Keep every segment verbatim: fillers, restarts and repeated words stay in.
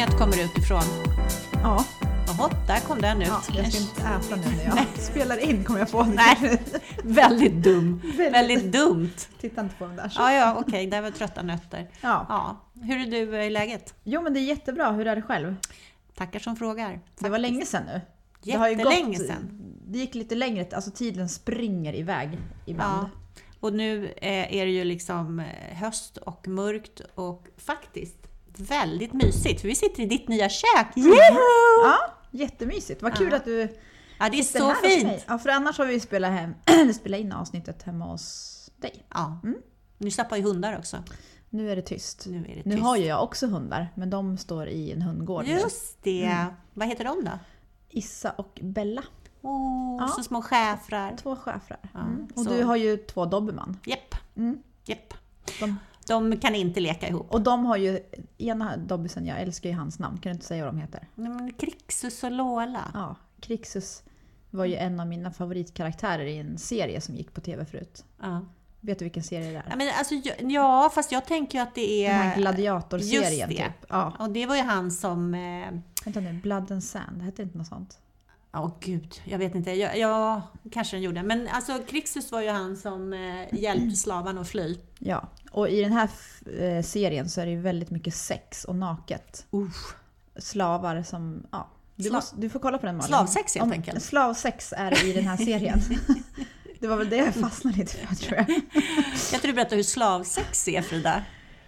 skönhet kommer utifrån. Ja. Jaha, där kom den ut. Ja, jag ska inte äta nu när jag Nej. spelar in, kommer jag på. Nej, väldigt dum. väldigt, väldigt dumt. Titta inte på dem där. Så. Ja, ja, okej, okay. Det var trötta nötter. Ja. Ja. Hur är du i läget? Jo, men det är jättebra. Hur är det själv? Tackar som frågar. Faktiskt. Det var länge sedan nu. Jättelänge det sedan. Det gick lite längre, alltså tiden springer iväg ibland. Ja. Och nu är det ju liksom höst och mörkt och faktiskt väldigt mysigt. För vi sitter i ditt nya kök. Mm. Ja, jättemysigt. Vad kul ja. att du Ja, det är så fint. Ja, för annars har vi spelat, hem, spelat in avsnittet hemma hos dig. Ja, mm. Nu slappar ju hundar också. Nu är det tyst. Nu, är det tyst. Nu har ju jag också hundar, men de står i en hundgård. Just det. Mm. Vad heter de då? Issa och Bella. Oh, ja. Så små schäfrar. Två schäfrar. Ja, mm. Och så. du har ju två dobermann. Japp. Mm. Japp. De, de kan inte leka ihop. Och de har ju, ena dobbisen, jag älskar ju hans namn. Kan du inte säga vad de heter? Nej, men Krixus och Lola. Ja, Krixus var ju en av mina favoritkaraktärer i en serie som gick på tv förut. Ja. Vet du vilken serie det är? Ja, men alltså, ja, fast jag tänker ju att det är... Den här gladiatorserien just det. Typ. Ja. Och det var ju han som... Eh... Vänta nu, Blood and Sand, det hette inte något sånt? Åh oh, gud, jag vet inte. Ja, ja, kanske den gjorde. Men alltså Krixus var ju han som eh, hjälpte slavarna att fly. Ja, och i den här eh, serien så är det ju väldigt mycket sex och naket. Uh. Slavar som... Ja, du, Slav... måste, du får kolla på den, Malin. Slavsex helt Om, enkelt. Slavsex är det i den här serien. Det var väl det jag fastnade lite för, tror jag. Jag tror du berättar hur slavsex är, Frida.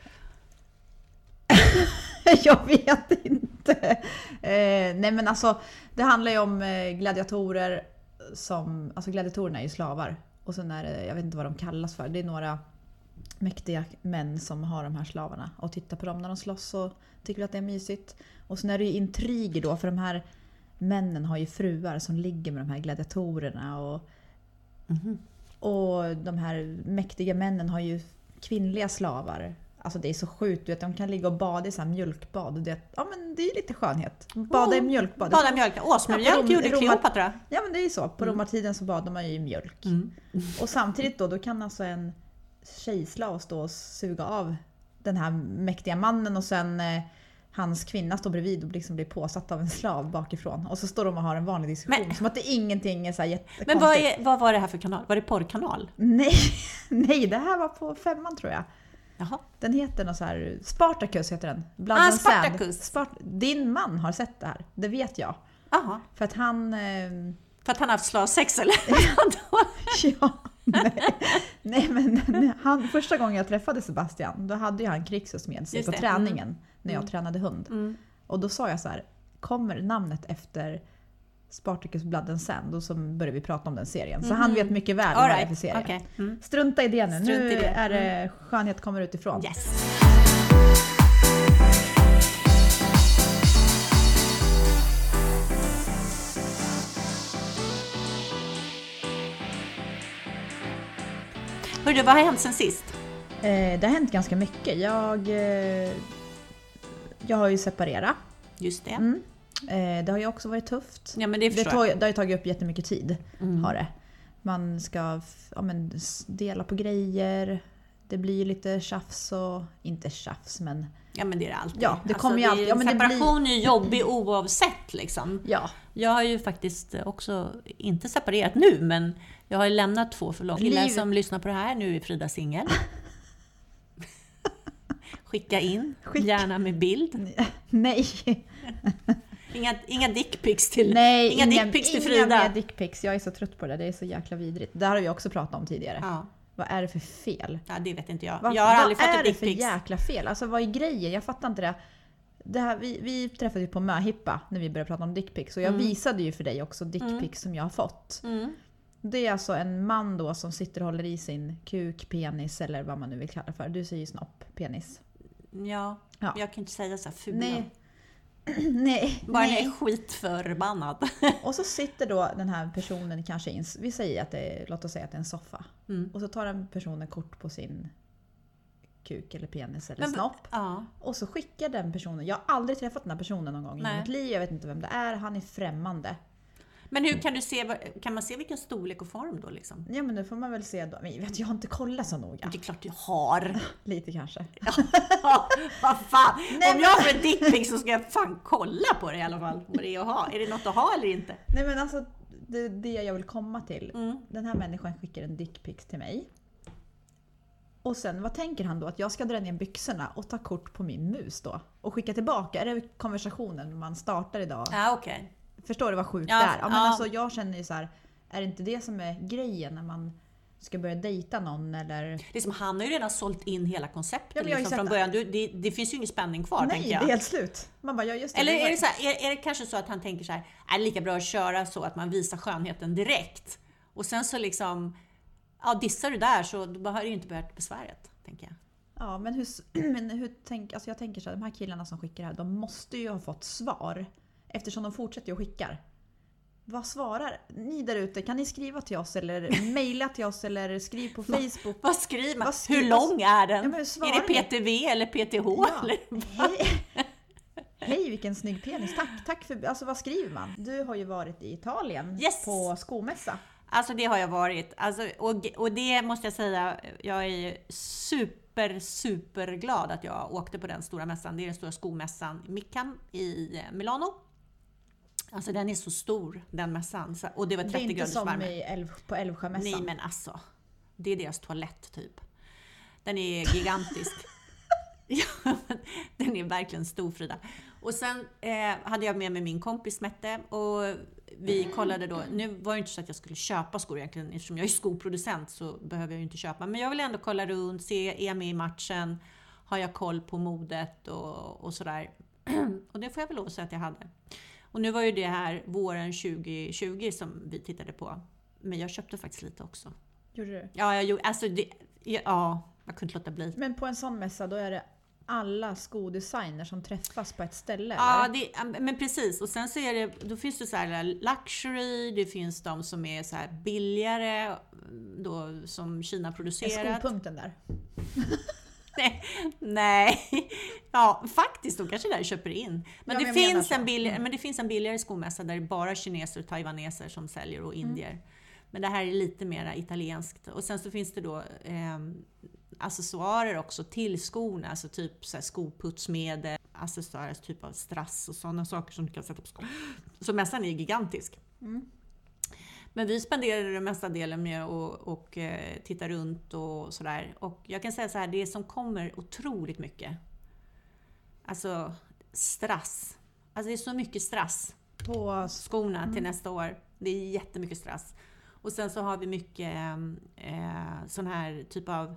Jag vet inte. Eh, nej men alltså, det handlar ju om eh, gladiatorer som, alltså gladiatorerna är ju slavar. Och sen är det, jag vet inte vad de kallas för, det är några mäktiga män som har de här slavarna. Och tittar på dem när de slåss och tycker att det är mysigt. Och sen är det ju intriger då, för de här männen har ju fruar som ligger med de här gladiatorerna. Och, mm-hmm. och de här mäktiga männen har ju kvinnliga slavar. Alltså det är så sjukt, du vet, de kan ligga och bada i så här mjölkbad. Det, ja men det är lite skönhet. Bada oh, i mjölkbad. Bada i mjölk. Åsmemjölk gjorde Kleopatra. Ja men det är ju så. På mm. romartiden så badade man ju i mjölk. Mm. Och samtidigt då, då kan alltså en tjejslav stå och suga av den här mäktiga mannen och sen eh, hans kvinna står bredvid och liksom blir påsatt av en slav bakifrån. Och så står de och har en vanlig diskussion. Men, som att det ingenting är så här jättekonstigt. Men vad, är, vad var det här för kanal? Var det porrkanal? Nej, nej, det här var på femman tror jag. Jaha. Den heter något så här, Spartacus heter den. Blood ah, and Spartacus. Spart- Din man har sett det här, det vet jag. Aha. För att han... Eh... För att han har haft slavsex eller? Ja, nej. nej men nej, han, första gången jag träffade Sebastian, då hade ju han Krixus med sig på träningen mm. när jag mm. tränade hund. Mm. Och då sa jag så här, kommer namnet efter Spartacus Blood and Sand, och så började vi prata om den serien. Så mm. han vet mycket väl vad det är för serie. Okay. Mm. Strunta i det nu. Strunt nu i det. är det mm. skönhet kommer utifrån. Yes. Hörru, vad har hänt sen sist? Eh, det har hänt ganska mycket. Jag, eh, jag har ju separerat. Just det. Mm. Eh, det har ju också varit tufft. Ja, men det, det, tog, det har ju tagit upp jättemycket tid. Mm. Har det. Man ska ja, men, dela på grejer. Det blir lite tjafs och... Inte tjafs, men... Ja, men det är det alltid. Ja, det alltså, kommer ju alltid. Ja, men separation det blir... är ju jobbig oavsett liksom. Ja. Jag har ju faktiskt också inte separerat nu, men jag har ju lämnat två för långt. Killar som lyssnar på det här, nu är Frida singel. Skicka in, Skicka. Gärna med bild. Nej. Inga, inga dickpics till, Nej, inga inga, dickpics till inga Frida. mer dickpics. Jag är så trött på det, det är så jäkla vidrigt. Det har vi också pratat om tidigare. Ja. Vad är det för fel? Ja, det vet inte jag. Vad, jag har aldrig fått ett dickpics. Vad är det för jäkla fel? Alltså vad är grejen? Jag fattar inte det. det här, vi, vi träffade ju på Möhippa när vi började prata om dickpics. Och jag mm. visade ju för dig också dickpics mm. som jag har fått. Mm. Det är alltså en man då som sitter och håller i sin kuk, penis eller vad man nu vill kalla det för. Du säger ju snopp, penis. Ja, ja. Jag kan inte säga så här fula. Nej. nej. Bara nej. är skitförbannad. Och så sitter då den här personen kanske in, vi säger att det är, låt oss säga att det är en soffa. Mm. Och så tar den personen kort på sin kuk eller penis eller men, snopp. Ja. Och så skickar den personen, jag har aldrig träffat den här personen någon gång Nej. i mitt liv, jag vet inte vem det är, han är främmande. Men hur kan du se, kan man se vilken storlek och form då liksom? Ja, men det får man väl se då. Men jag, vet, jag har inte kollat så noga. Det är klart du har. Lite kanske. Ja, vad fan. Nej, Om jag får en dickpic så ska jag fan kolla på det i alla fall. Vad det är att ha. Är det något att ha eller inte? Nej, men alltså det, det jag vill komma till. Mm. Den här människan skickar en dickpic till mig. Och sen, vad tänker han då? Att jag ska dra ner byxorna och ta kort på min mus då? Och skicka tillbaka? Är det konversationen man startar idag? Ja, okej. Okay. Förstår du vad sjukt Ja, det är? Ja, men ja. alltså, jag känner ju så här, är det inte det som är grejen när man ska börja dejta någon? Eller? Liksom, han har ju redan sålt in hela konceptet Ja, men jag har ju liksom, från sett- början. Du, det, det finns ju ingen spänning kvar, Nej, tänker det jag. är helt slut. Man bara, ja, just det, Eller det var- är det, så här, är, är det kanske så att han tänker så här, är det lika bra att köra så att man visar skönheten direkt? Och sen så liksom, ja, dissar du där så då har du ju inte behövt besväret, tänker jag. Ja, men hur, men hur tänk, alltså jag tänker så här, de här killarna som skickar det här, de måste ju ha fått svar. Eftersom de fortsätter ju och skickar. Vad svarar ni där ute? Kan ni skriva till oss eller mejla till oss eller skriv på Facebook? Vad skriver man? Vad skriver- Hur lång är den? Ja, men hur svarar är det ni? P T V eller P T H? Ja. Eller? Hej. Hej, vilken snygg penis. Tack, tack för, alltså vad skriver man? Du har ju varit i Italien Yes. på skomässa. Alltså det har jag varit. Alltså, och, och det måste jag säga, jag är super, super glad att jag åkte på den stora mässan. Det är den stora skomässan i Micam i Milano. Alltså den är så stor, den mässan. Så, och det var Det är trettio inte graders som värme. i Älv, på Älvsjömässan. Nej men alltså, det är deras toalett typ. Den är gigantisk. Ja, den är verkligen stor, Frida. Och sen eh, hade jag med mig min kompis Mette och vi kollade då. Nu var det inte så att jag skulle köpa skor egentligen, eftersom jag är skoproducent så behöver jag ju inte köpa. Men jag vill ändå kolla runt, se, är jag med i matchen, har jag koll på modet och, och sådär. Och det får jag väl lov att säga att jag hade. Och nu var ju det här våren tjugo tjugo som vi tittade på. Men jag köpte faktiskt lite också. Gjorde du? Ja, jag gjorde, alltså det, ja, jag kunde inte låta bli. Men på en sån mässa då är det alla skodesigners som träffas på ett ställe? Ja, eller? det, men precis. Och sen så är det, då finns det så här luxury, det finns de som är så här billigare, då, som Kina Är producerat. skopunkten där? Nej, nej. Ja, faktiskt, de kanske där köper in. Men, Ja, det, men jag finns menar så. en billigare, men det finns en billigare skomässa där det är bara kineser och taiwaneser som säljer och indier. Mm. Men det här är lite mer italienskt. Och sen så finns det då eh, accessoarer också till skorna, alltså typ så här skoputsmedel, accessoarer, typ av strass och sådana saker som du kan sätta på skor. Så mässan är gigantisk. Mm. Men vi spenderade den mesta delen med att och, och, eh, titta runt och sådär. Och jag kan säga så här, det som kommer otroligt mycket. Alltså strass. Alltså det är så mycket strass. På... Skorna Mm. till nästa år. Det är jättemycket strass. Och sen så har vi mycket eh, sån här typ av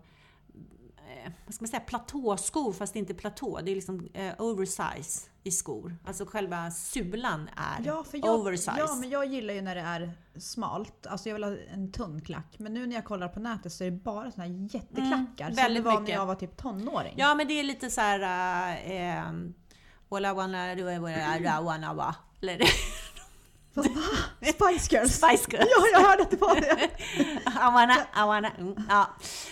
eh, vad ska man säga, platåskor, fast inte platå. Det är liksom eh, oversize i skor. Alltså själva sulan är Ja, för jag, oversize. ja, men jag gillar ju när det är smalt. Alltså jag vill ha en tunn klack. Men nu när jag kollar på nätet så är det bara såna här jätteklackar. Mm, som väldigt det var mycket. när jag var typ tonåring. Ja, men det är lite så här eh, all I wanna do is what I wanna wa. Eller Fast, va? Spice Girls! Spice Girls. Ja, jag hörde att det var det. I wanna, I wanna, mm, ja.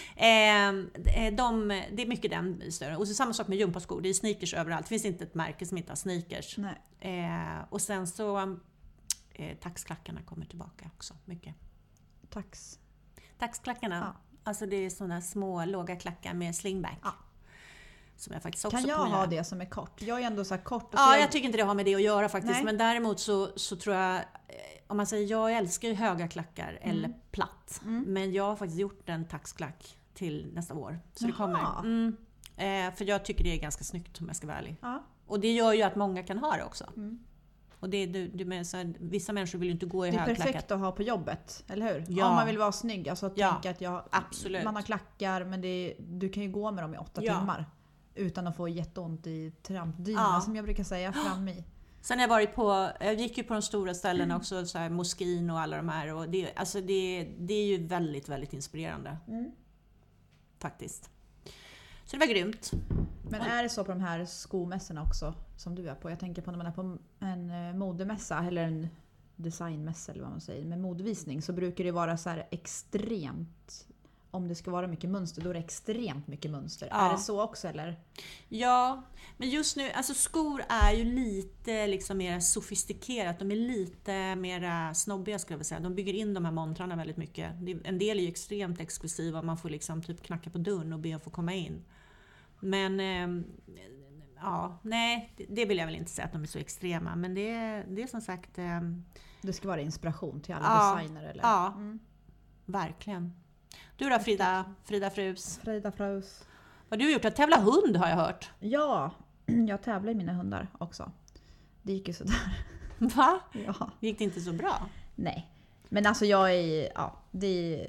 Eh, de, det är mycket den större. Och så samma sak med gympaskor. Det är sneakers överallt. Det finns inte ett märke som inte har sneakers. Nej. Eh, och sen så eh, taxklackarna kommer tillbaka också mycket. Tax. Taxklackarna, Ja. alltså det är sådana små låga klackar med slingback. Ja. Som jag faktiskt också Kan jag kommer ha göra. det som är kort? Jag är ändå så här kort. Och så Ja, jag... jag tycker inte det har med det att göra faktiskt. Nej. Men däremot så, så tror jag, eh, om man säger, jag älskar ju höga klackar eller platt. Mm. Men jag har faktiskt gjort en taxklack till nästa år. Så det Jaha. kommer. Mm, eh, för jag tycker det är ganska snyggt om jag ska vara ärlig. Ja. Och det gör ju att många kan ha det också. Mm. Och det, du, du med, så här, vissa människor vill ju inte gå i Det är högklackat. perfekt att ha på jobbet, eller hur? Ja. Om man vill vara snygg. Alltså att Ja, tänka att jag, absolut. man har klackar, men det är, du kan ju gå med dem i åtta Ja. timmar. Utan att få jätteont i trampdynorna, Ja. som jag brukar säga, fram i. Sen har jag varit på, jag gick ju på de stora ställena också, så här, Moskin och alla de här. Och det, alltså det, det är ju väldigt, väldigt inspirerande. Mm. Faktiskt. Så det var grymt. Men är det så på de här skomässorna också, som du är på? Jag tänker på när man är på en eh, modemässa, eller en designmässa eller vad man säger, med modevisning, så brukar det vara så här extremt om det ska vara mycket mönster, då är det extremt mycket mönster. Ja. Är det så också eller? Ja, men just nu, alltså skor är ju lite liksom mer sofistikerat. De är lite mer snobbiga skulle jag vilja säga. De bygger in de här montrarna väldigt mycket. En del är ju extremt exklusiva. Man får liksom typ knacka på dörren och be att få komma in. Men eh, ja, nej, det vill jag väl inte säga att de är så extrema. Men det är, det är som sagt... Eh, det ska vara inspiration till alla ja, designer eller? Ja, mm. verkligen. Du då Frida, Frida Frus? Frida Frus. Vad har du gjort? Att tävla hund har jag hört. Ja, jag tävlar i mina hundar också. Det gick ju sådär. Va? Ja. Gick det inte så bra? Nej. Men alltså jag är... Ja, det är,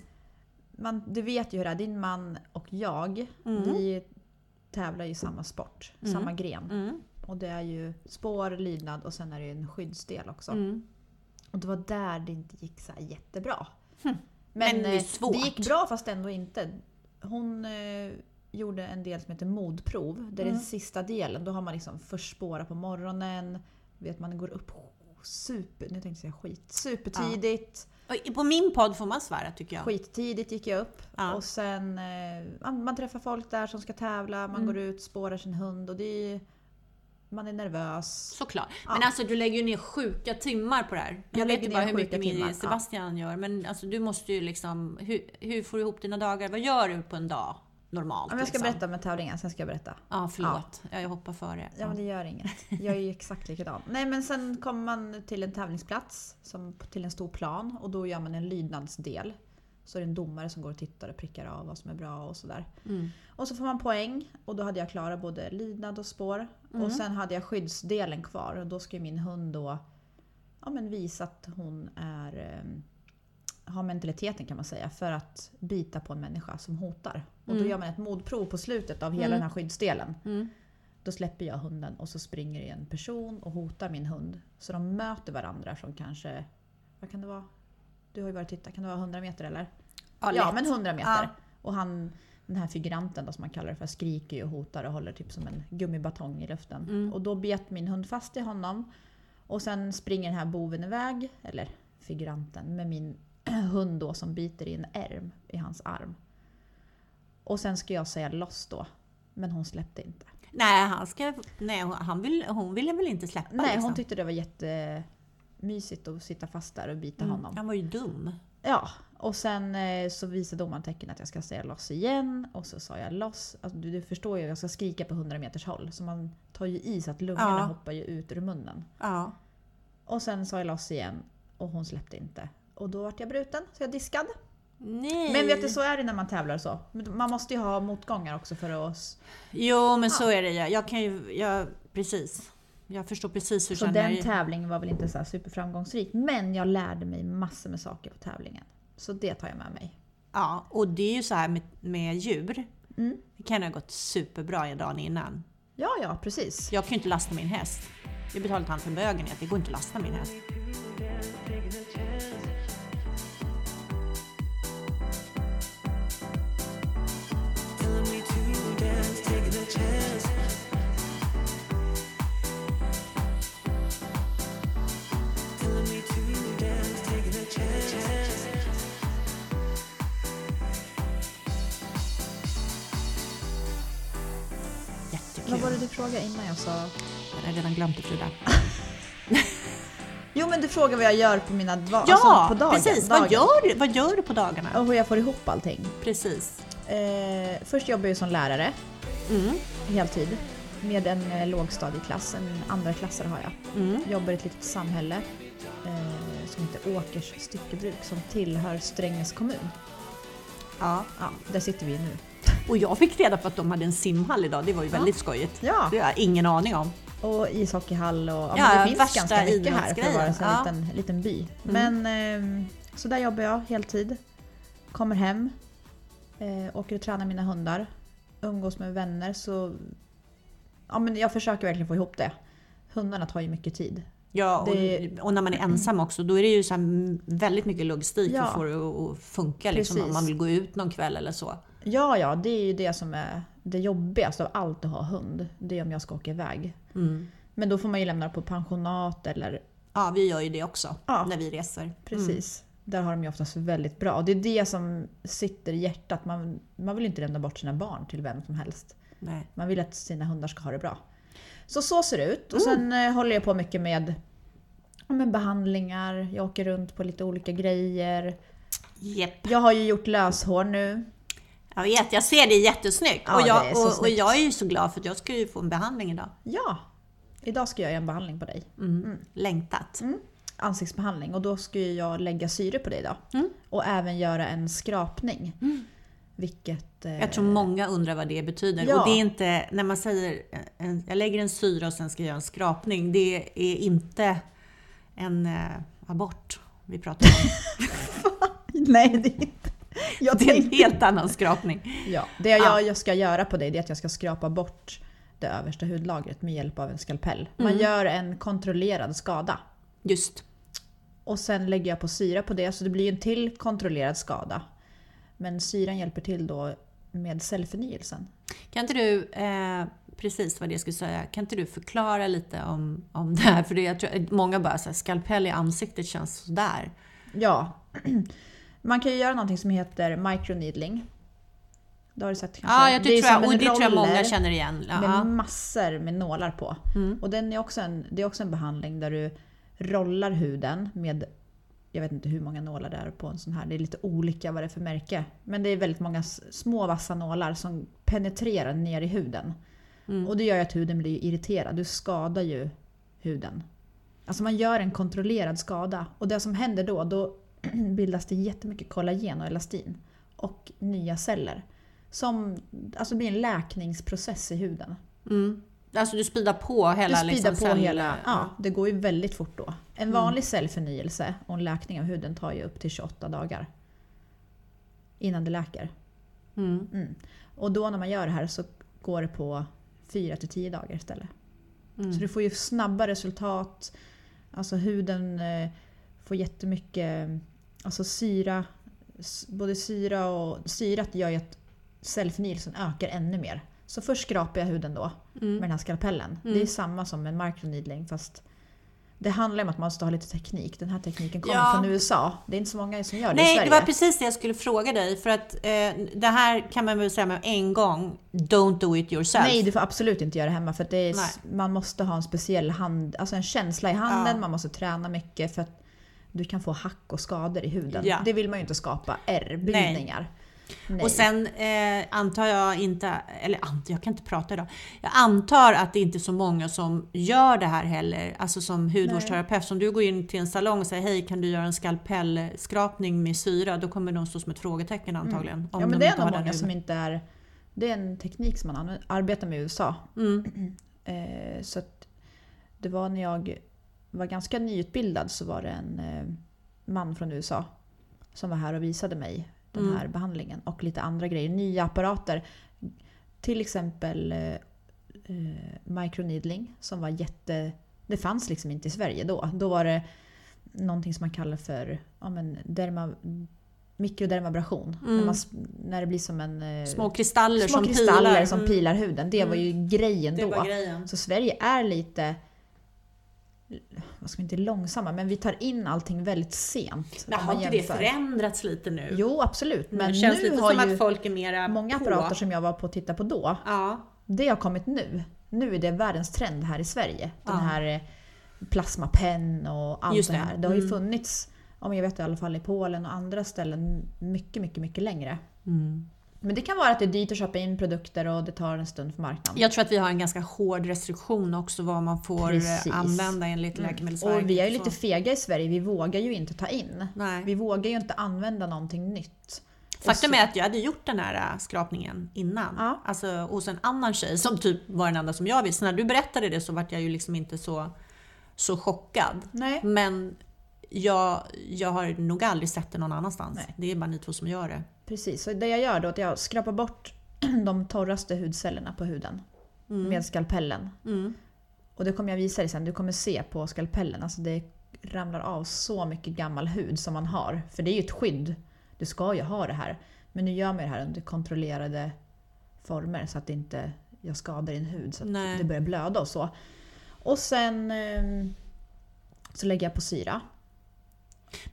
man, du vet ju hur det är. Din man och jag, mm. vi tävlar i samma sport. Mm. Samma gren. Mm. Och det är ju spår, lydnad och sen är det en skyddsdel också. Mm. Och det var där det inte gick så här jättebra. Hm. Men, Men det, är svårt. Det gick bra fast ändå inte. Hon eh, gjorde en del som heter modprov. Det är mm. den sista delen. Då har man liksom först spåra på morgonen. Vet man går upp super, nu tänkte jag säga skit, supertidigt. Ja. På min podd får man svära tycker jag. Skittidigt gick jag upp. Ja. Och sen eh, man träffar folk där som ska tävla. Man mm. går ut, spårar sin hund och det är, man är nervös. Såklart. Ja. Men alltså du lägger ju ner sjuka timmar på det här. Jag, jag vet ju bara hur mycket min Sebastian ja. gör. Men alltså du måste ju liksom, hur, hur får du ihop dina dagar? Vad gör du på en dag normalt? Ja, jag ska liksom? berätta med tävlingen, sen ska jag berätta. Ja, förlåt. Ja. Jag hoppar före. Ja. ja, men det gör inget. Jag är ju exakt likadan. Nej, men sen kommer man till en tävlingsplats, som till en stor plan. Och då gör man en lydnadsdel. Så är det en domare som går och tittar och prickar av vad som är bra och sådär. Mm. Och så får man poäng. Och då hade jag klarat både lydnad och spår. Mm. Och sen hade jag skyddsdelen kvar. Och då ska min hund då ja, men visa att hon är, eh, har mentaliteten kan man säga. För att bita på en människa som hotar. Och då mm. gör man ett modprov på slutet av hela mm. den här skyddsdelen. Mm. Då släpper jag hunden och så springer det en person och hotar min hund. Så de möter varandra från kanske, vad kan det vara? Du har ju varit titta, kan det vara hundra meter eller? Ja, ja men hundra meter. Ja. Och han, den här figuranten då, som man kallar det för, skriker och hotar och håller typ som en gummibatong i luften. Mm. Och då bet min hund fast i honom. Och sen springer den här boven iväg, eller figuranten, med min hund då som biter i en ärm i hans arm. Och sen ska jag säga loss då. Men hon släppte inte. Nej, han ska, nej han vill, hon ville väl inte släppa? Nej, liksom. Hon tyckte det var jättemysigt att sitta fast där och bita mm, honom. Han var ju dum. Ja, och sen eh, så visade domaren tecken att jag ska säga loss igen. Och så sa jag loss. Alltså, du, du förstår ju, jag ska skrika på hundra meters håll. Så man tar ju i så att lungorna ja. hoppar ju ut ur munnen. Ja. Och sen sa jag loss igen. Och hon släppte inte. Och då vart jag bruten, så jag diskad. Nej. Men vet du, så är det när man tävlar så. Man måste ju ha motgångar också för oss. Jo, men ja. så är det. Jag kan ju, jag, precis. Jag förstår precis hur så den jag... tävlingen var väl inte så här superframgångsrik. Men jag lärde mig massor med saker på tävlingen. Så det tar jag med mig. Ja, och det är ju så här med, med djur. Mm. Det kan ha gått superbra en dag innan. Ja, ja, precis. Jag kan ju inte lasta min häst. Jag betalat han för bögen. Det går inte att lasta min häst. Vad var det du frågade innan jag sa? Jag har redan glömt det, Frida. Jo, men du frågar vad jag gör på mina dva- ja, alltså på dagen. Precis. Dagen. Vad, gör du, vad gör du på dagarna? Och hur jag får ihop allting. Precis. Eh, först jobbar jag som lärare. Mm. Heltid. Med en eh, lågstadieklass. En andra klassare har jag. Mm. Jobbar i ett litet samhälle. Eh, som heter Åkers styckebruk. Som tillhör Strängnäs kommun. Ja. Ja, där sitter vi nu. Och jag fick reda på att de hade en simhall idag. Det var ju väldigt ja. skojigt. Ja. Det har jag ingen aning om. Och ishockeyhall och ja, ja, men det finns ganska mycket här för att vara en ja. liten, liten by. Mm. Men eh, så där jobbar jag heltid. Kommer hem. Eh, åker och tränar mina hundar. Umgås med vänner. Så ja, men jag försöker verkligen få ihop det. Hundarna tar ju mycket tid. Ja, och, det, och när man är ensam också, då är det ju så här väldigt mycket logistik ja. för att få det att funka. Liksom, om man vill gå ut någon kväll eller så. Ja, ja, det är ju det som är det jobbigaste av allt att ha hund. Det är om jag ska åka iväg. Mm. Men då får man ju lämna på pensionat eller... Ja, vi gör ju det också ja. när vi reser. Precis. Där har de ju oftast väldigt bra. Och det är det som sitter i hjärtat. Man, man vill inte lämna bort sina barn till vem som helst. Nej. Man vill att sina hundar ska ha det bra. Så så ser det ut. Och sen mm. håller jag på mycket med, med behandlingar. Jag åker runt på lite olika grejer. Yep. Jag har ju gjort löshår nu. Jag vet, jag ser det jättesnyggt. Ja, och, jag, det är så och, och snyggt. jag är ju så glad för att jag ska ju få en behandling idag. Ja, idag ska jag göra en behandling på dig. Mm. Mm. Längtat. Mm. Ansiktsbehandling. Och då ska jag lägga syre på dig idag. Mm. Och även göra en skrapning. Mm. Vilket, eh... Jag tror många undrar vad det betyder. Ja. Och det är inte, när man säger en, jag lägger en syra och sen ska jag göra en skrapning. Det är inte en eh, abort vi pratar om. Nej, det är inte. Jag det är en helt annan skrapning. Ja, det jag, jag ska göra på dig är att jag ska skrapa bort det översta hudlagret med hjälp av en skalpell. Man mm. gör en kontrollerad skada. Just. Och sen lägger jag på syra på det så det blir en till kontrollerad skada. Men syran hjälper till då med cellförnyelsen. Kan inte du, eh, precis vad det jag skulle säga, kan inte du förklara lite om, om det här? För det, jag tror, många bara säger skalpell i ansiktet känns sådär. Ja, man kan ju göra någonting som heter microneedling. Det har du sett kanske? Ja, jag det tror jag, och det tror jag många känner igen. Ja. Med massor med nålar på. Mm. Och den är också en, det är också en behandling där du rollar huden med, jag vet inte hur många nålar det är på en sån här. Det är lite olika vad det är för märke. Men det är väldigt många små vassa nålar som penetrerar ner i huden. Mm. Och det gör ju att huden blir irriterad. Du skadar ju huden. Alltså man gör en kontrollerad skada. Och det som händer då, då bildas det jättemycket kollagen och elastin. Och nya celler. Som alltså blir en läkningsprocess i huden. Mm. Alltså du speedar på hela... Du speedar liksom, på cell... hela... Ja, det går ju väldigt fort då. En vanlig mm. cellförnyelse och en läkning av huden tar ju upp till tjugoåtta dagar. Innan det läker. Mm. Mm. Och då när man gör det här så går det på fyra till tio dagar istället. Mm. Så du får ju snabba resultat. Alltså huden eh, får jättemycket... Alltså syra... Både syra och... Syrat gör ju att cellförnyelsen ökar ännu mer. Så först skrapar jag huden då mm. med den här skalpellen. Mm. Det är samma som en microneedling fast det handlar om att man måste ha lite teknik. Den här tekniken kommer ja. från U S A. Det är inte så många som gör det Nej, i Sverige. Det var precis det jag skulle fråga dig. För att eh, det här kan man väl säga med en gång. Don't do it yourself. Nej, du får absolut inte göra det hemma. För att det är, man måste ha en speciell hand, alltså en känsla i handen. Ja. Man måste träna mycket för att du kan få hack och skador i huden. Ja. Det vill man ju inte skapa. Ärrbildningar. Nej. Och sen eh, antar jag inte, eller jag kan inte prata idag. Jag antar att det inte är så många som gör det här heller. Alltså som hudvårdsterapeut. Som du går in till en salong och säger hej, kan du göra en skalpellskrapning med syra? Då kommer de stå som ett frågetecken antagligen. Mm. Om ja men de det är nog många huden. som inte är... Det är en teknik som man använder, arbetar med i U S A. Mm. Eh, så att det var när jag var ganska nyutbildad så var det en eh, man från U S A som var här och visade mig den här mm. behandlingen och lite andra grejer. Nya apparater. Till exempel eh, microneedling som var jätte... Det fanns liksom inte i Sverige då. Då var det någonting som man kallar för ja, men derma, mikrodermabrasion. Mm. När, man, när det blir som en... Eh, små kristaller, små som, kristaller pilar. som pilar huden. Det mm. var ju grejen det då. Var grejen. Så Sverige är lite... Vad ska vi inte långsamma, men vi tar in allting väldigt sent. Men har inte det förändrats lite nu? Jo, absolut. Men det känns nu lite har som ju att folk är mera många på. apparater som jag var på att titta på då. Ja. Det har kommit nu. Nu är det världens trend här i Sverige. Den ja. här plasmapenn och allt Just det det här. Det har ju mm. funnits, om jag vet i alla fall i Polen och andra ställen, mycket, mycket, mycket längre. Mm. Men det kan vara att det är dyrt att köpa in produkter och det tar en stund för marknaden. Jag tror att vi har en ganska hård restriktion också vad man får Precis. använda enligt mm. Läkemedelsverket. Och vi är ju lite fega i Sverige, vi vågar ju inte ta in. Nej. Vi vågar ju inte använda någonting nytt. Faktum är att jag hade gjort den här skrapningen innan. Ja. Alltså hos en annan tjej som typ var den enda som jag visste. När du berättade det så var jag ju liksom inte så, så chockad. Nej. Men jag, jag har nog aldrig sett det någon annanstans. Nej. Det är bara ni två som gör det. Precis, så det jag gör då är att jag skrapar bort de torraste hudcellerna på huden mm. med skalpellen. Mm. Och det kommer jag visa dig sen. Du kommer se på skalpellen. Alltså det ramlar av så mycket gammal hud som man har. För det är ju ett skydd. Du ska ju ha det här. Men nu gör man det här under kontrollerade former så att inte jag skadar din hud. Så att Nej. det börjar blöda och så. Och sen eh, så lägger jag på syra.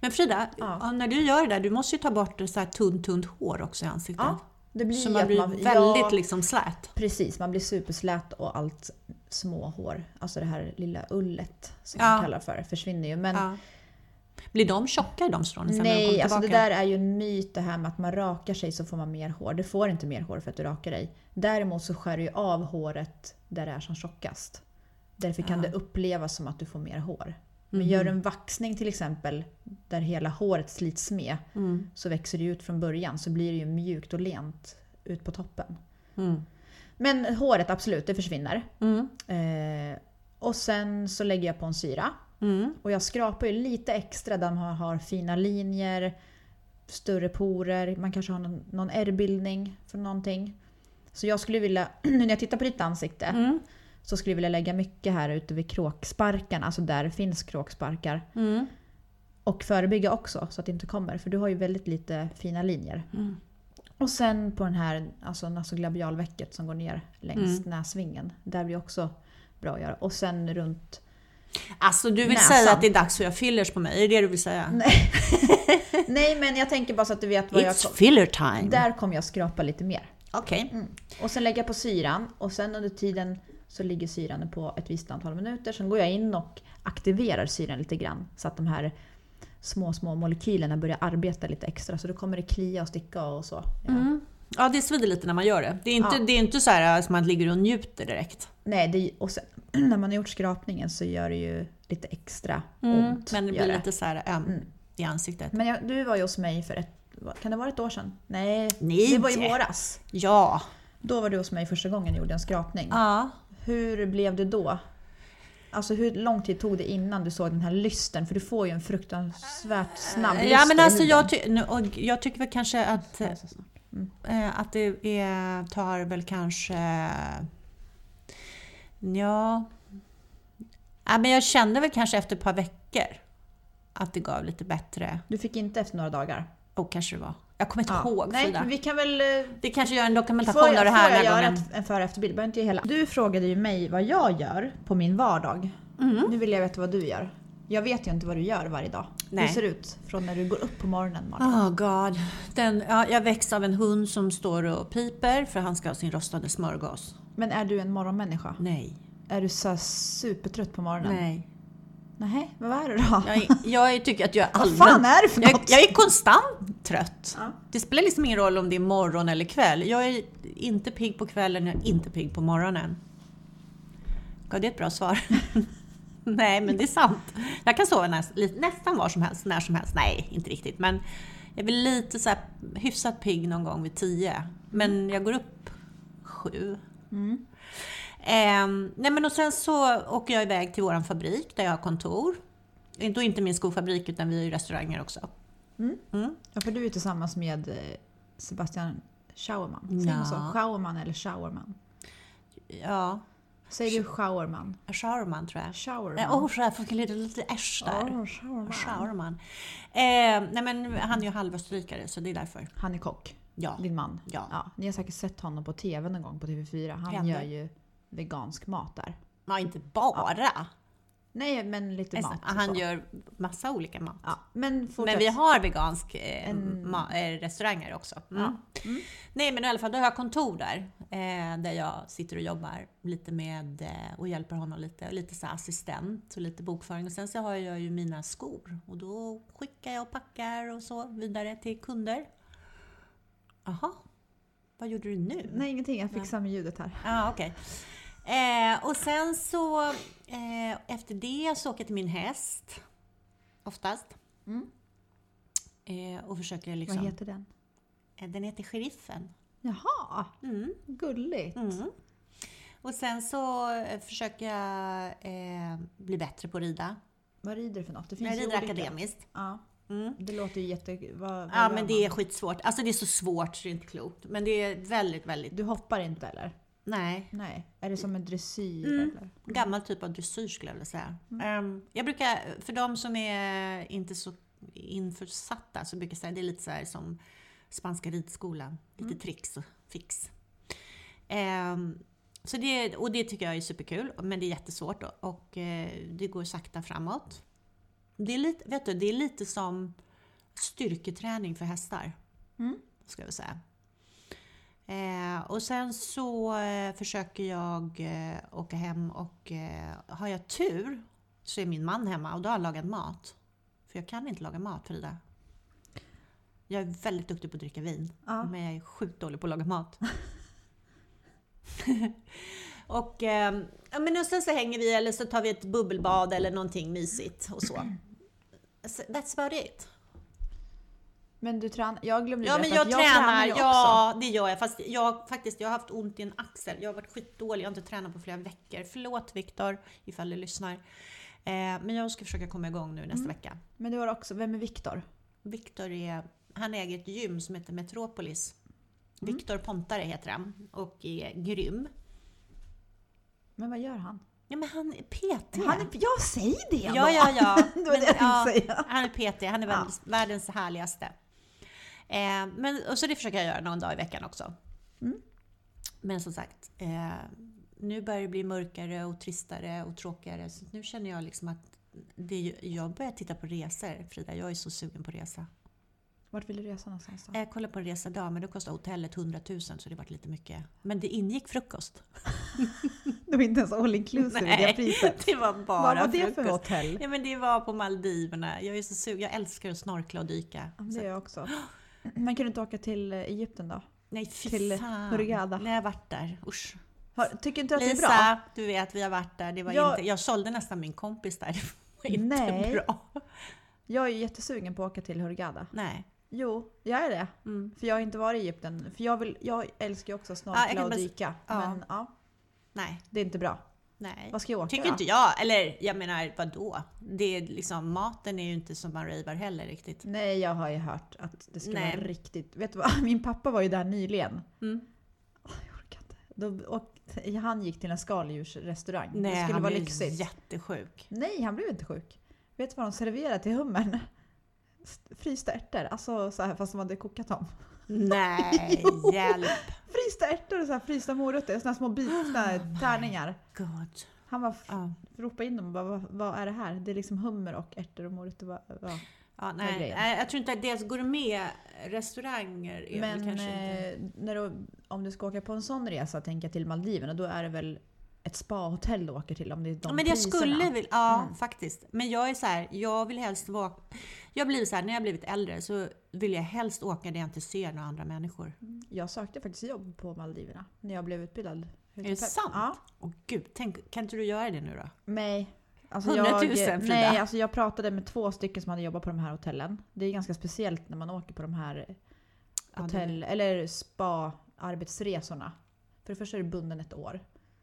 Men Frida, Ja. ja, när du gör det där, du måste ju ta bort så här tunt, tunt hår också i ansiktet. Ja, det blir så ju man att blir man, väldigt ja, liksom slät. precis, man blir superslät och allt små hår, alltså det här lilla ullet som Ja. man kallar för, försvinner ju. Men Ja. Blir de tjocka i de strån sen när de nej, kommer alltså det tillbaka? där är ju en myt det här med att man rakar sig så får man mer hår. Det får inte mer hår för att du rakar dig. Däremot så skär du ju av håret där det är som tjockast. Därför kan Ja. det upplevas som att du får mer hår. Men Mhm. gör du en vaxning till exempel där hela håret slits med, Mm. så växer det ut från början, så blir det ju mjukt och lent ut på toppen. Mm. Men håret absolut, det försvinner. Mm. Eh, och sen så lägger jag på en syra. Mm. Och jag skrapar ju lite extra där man har fina linjer, större porer, man kanske har någon, någon ärrbildning för någonting. Så jag skulle vilja, nu när jag tittar på ditt ansikte, Mm. så skulle jag vilja lägga mycket här ute vid kråksparkarna, alltså där finns kråksparkar. Mm. Och förebygga också så att det inte kommer, för du har ju väldigt lite fina linjer. Mm. Och sen på den här alltså nasoglabialvecket som går ner längs Mm. näsvingen, där blir också bra att göra. Och sen runt... Alltså du vill Näsan. säga att det är dags för att göra fillers på mig, är det det du vill säga? Nej. Nej, men jag tänker bara så att du vet vad jag... It's filler time! Där kommer jag skrapa lite mer. Okej. Mm. Och sen lägger jag på syran. Och sen under tiden så ligger syran på ett visst antal minuter. Sen går jag in och aktiverar syran lite grann. Så att de här små, små molekylerna börjar arbeta lite extra. Så då kommer det klia och sticka och så. Ja. Mm. Ja, det svider lite när man gör det. Det är inte, Ja. det är inte så här som man ligger och njuter direkt. Nej, det, och sen, när man har gjort skrapningen så gör det ju lite extra Mm. ont. Men det gör blir lite så här öm Mm. i ansiktet. Men jag, du var ju hos mig för ett... Kan det vara ett år sedan? Nej, Nej. det var i våras. Ja. Då var du hos mig första gången och gjorde en skrapning. Ja. Hur blev det då? Alltså hur lång tid tog det innan du såg den här lysten? För du får ju en fruktansvärt snabb lyster Ja, men i alltså huden. jag, ty- nu- och jag tycker väl kanske att, Ja, så snart. Mm. eh, att det är, tar väl kanske... Ja... ja, men jag kände väl kanske efter ett par veckor att det gav lite bättre. Du fick inte efter några dagar? Och kanske det var. Jag kommer inte Ja. ihåg, Nej, Frida. men vi kan väl... eh, Det kanske gör en dokumentation Får jag, av det här får jag den här göra gången. ett, en före- och efterbild? Behöver inte jag hela. Du frågade ju mig vad jag gör på min vardag. Mm. Nu vill jag veta vad du gör. Jag vet ju inte vad du gör varje dag. Nej. Hur ser det ut från när du går upp på morgonen? Malin? Oh god. Den, ja, jag väcks av en hund som står och piper för han ska ha sin rostade smörgås. Men är du en morgonmänniska? Nej. Är du så här supertrött på morgonen? Nej. Nej, men vad är det då? Jag, jag tycker att jag är Vad allmänt... fan är det för jag, något? jag är konstant trött. Ja. Det spelar liksom ingen roll om det är morgon eller kväll. Jag är inte pigg på kvällen, jag är inte pigg på morgonen. Gav det ett bra svar? Nej, men det är sant. Jag kan sova näst, nästan var som helst, när som helst. Nej, inte riktigt. Men jag är väl lite så här hyfsat pigg någon gång vid tio. Men jag går upp sju. Mm. Eh, nej men och sen så åker jag iväg till våran fabrik där jag har kontor. Inte inte min skofabrik utan vi är ju restauranger också. Mm. Mm. Ja, för du är tillsammans med eh, Sebastian Schauerman. Säger man Ja. så? Schauerman eller Schauerman? Ja, Säger du Schauerman? Schauerman tror jag. Schauerman. Åh, oh, jag får lite, lite äsch där. Oh, Schauerman. Schauerman. Eh, nej men han är ju halvösterrikare så det är därför. Han är kock, Ja. din man. Ja. Ja, ni har säkert sett honom på tv någon gång på T V fyra. Han Händer. gör ju vegansk mat där. Ja, inte bara. Nej, men lite mat. och Han så. gör massa olika mat. Ja, men fortsätt. Men vi har vegansk eh, En- ma- eh, restauranger också. Mm. Ja. Mm. Nej men i alla fall, då har jag kontor där. Eh, där jag sitter och jobbar lite med eh, och hjälper honom lite. Lite så här assistent och lite bokföring. Och sen så har jag ju mina skor. Och då skickar jag och packar och så vidare till kunder. Aha. Vad gjorde du nu? Nej, ingenting. Jag fixar med ljudet här. Ja, ah, okej. Eh, och sen så eh, efter det så åker jag till min häst. Oftast. Mm. Eh, och försöker liksom... Vad heter den? Eh, Den heter Sheriffen. Jaha, Mm. gulligt. Mm. Och sen så eh, försöker jag eh, bli bättre på att rida. Vad rider du för något? Det finns Jag ju rider olika. akademiskt. Ja, Mm. det låter ju jätte... Vad, vad Ja, gör men man? det är skitsvårt. Alltså det är så svårt så det är inte klokt. Men det är väldigt, väldigt... Du hoppar inte eller? Nej. Nej. Är det som en dressyr Mm. eller? Gammal typ av dressyr skulle jag vilja säga. Mm. Ehm, jag brukar, för de som är inte så införsatta så brukar jag säga det är lite så här som spanska ridskolan. Lite Mm. tricks och fix. Ehm, så det, och det tycker jag är superkul. Men det är jättesvårt då, och eh, det går sakta framåt. Det är lite, vet du, det är lite som styrketräning för hästar. Mm. Ska vi säga. Eh, och sen så eh, försöker jag eh, åka hem och eh, har jag tur så är min man hemma och då har han lagat mat. För jag kan inte laga mat, Frida. Jag är väldigt duktig på att dricka vin. Ja. Men jag är sjukt dålig på att laga mat. och, eh, ja, men och sen så hänger vi eller så tar vi ett bubbelbad eller någonting mysigt och så. So that's about it. Men du tränar, jag glömde Ja, men berätta jag, att jag tränar, tränar ju också. ja det gör jag. Fast jag, faktiskt, jag har haft ont i en axel. Jag har varit skitdålig, jag har inte tränat på flera veckor. Förlåt Viktor, ifall du lyssnar. Eh, men jag ska försöka komma igång nu nästa Mm. vecka. Men du har också, vem är Viktor? Viktor är, han äger ett gym som heter Metropolis. Mm. Viktor Pontare heter han och är grym. Men vad gör han? Ja, men han är P T. Han är, jag säger det Ja, då. ja, ja. Det var Men, det jag ja, tänkte säga. han är P T, han är Ja. världens, världens härligaste. Eh, men, och så det försöker jag göra någon dag i veckan också. Mm. Men som sagt, eh, nu börjar det bli mörkare och tristare och tråkigare. Så nu känner jag liksom att det, är ju- jag börjar titta på resor, Frida. Jag är så sugen på resa. Vart vill du resa någonstans då? Jag kollade på en resa idag, men då kostar hotellet hundratusen så det var lite mycket. Men det ingick frukost. Det var inte ens all inclusive i det priset. det var bara Vad var det frukost. för hotell? Ja, men det var på Maldiverna. Jag är så sugen. Jag älskar att snorkla och dyka. Ja, det Så gör jag också. Man kunde inte åka till Egypten då? Nej, fy Till fan. Hurghada. När jag varit där. Usch. Har, tycker inte du att det är Lisa, bra? du vet, vi har varit där. Det var Jag- inte, jag sålde nästan min kompis där. Det var inte Nej. bra. Jag är ju jättesugen på att åka till Hurghada. Nej. Jo, jag är det. Mm. För jag har inte varit i Egypten. För jag, vill, jag älskar ju också att Ja, jag snorkla kan och bara- dyka. ja. Men ja, Nej. det är inte bra. Nej. Vad ska jag åka Tycker då? inte jag. Eller jag menar, vadå? Det är liksom, maten är ju inte som man ravar heller riktigt. Nej, jag har ju hört att det ska Nej. vara riktigt... Vet du vad? Min pappa var ju där nyligen. Mm. Åh, jag orkar inte. Då, och, han gick till en skaldjursrestaurang. Nej, det skulle han vara blev lyxigt. jättesjuk. Nej, han blev inte sjuk. Vet du vad de serverade till hummern? Frysta ärtor. Alltså så här, fast de hade kokat dem. Nej, hjälp. Frysta ärtor och så här, frysta morötter. Såna här små bitar, såna här tärningar. God. Han var Ja. ropade in dem och bara, vad, vad är det här? Det är liksom hummer och ärtor och morötter. Vad, vad? Ja, Vad är nej, grejen? nej, jag tror inte att dels gourmet-restauranger är väl Men kanske inte... eh, när du, om du ska åka på en sån resa, tänker jag till Maldiverna, då är det väl ett spa-hotell du åker till om det är de Ja, men jag priserna. skulle vilja, ja Mm. faktiskt. Men jag är så här, jag vill helst vara... Jag blir så här, när jag blivit äldre så vill jag helst åka där jag inte ser några andra människor. Jag sökte faktiskt jobb på Maldiverna när jag blev utbildad. Är det sant? Ja. Åh gud, tänk, kan inte du göra det nu då? Nej. Alltså Hundratusen, jag, Frida. nej, alltså jag pratade med två stycken som hade jobbat på de här hotellen. Det är ganska speciellt när man åker på de här Ja, hotell det- eller spa-arbetsresorna. För det första är det bunden ett år.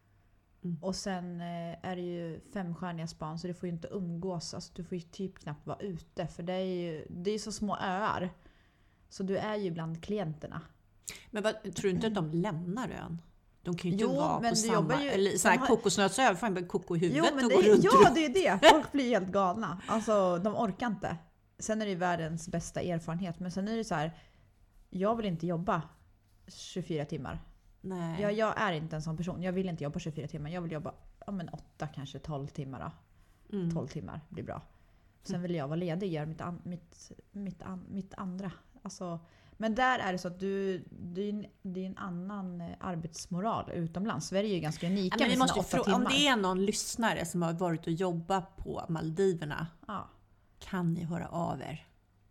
Mm. Och sen eh, är det ju femstjärniga span så du får ju inte umgås. Alltså du får ju typ knappt vara ute. För det är ju det är så små öar. Så du är ju bland klienterna. Men vad, tror du inte att de lämnar ön? De kan ju inte Jo, vara men på du samma... jobbar ju- eller så här de har- kokosnötsöl, får en koko i Jo, huvudet men och det, gå runt. ja, det är det. Folk blir helt galna. Alltså, de orkar inte. Sen är det ju världens bästa erfarenhet. Men sen är det så här, jag vill inte jobba tjugofyra timmar. Nej. Jag, jag är inte en sån person. Jag vill inte jobba tjugofyra timmar. Jag vill jobba ja, men åtta, kanske tolv timmar. Då. Mm. tolv timmar blir bra. Sen vill jag vara ledig och göra mitt, an, mitt, mitt, an, mitt andra. Alltså, men där är det så att du, det är en, det är en annan eh, arbetsmoral utomlands. Sverige är ju ganska unika Ja, men vi med sina måste ju åtta frå- timmar. om det är någon lyssnare som har varit och jobbat på Maldiverna, Ja, kan ni höra av er?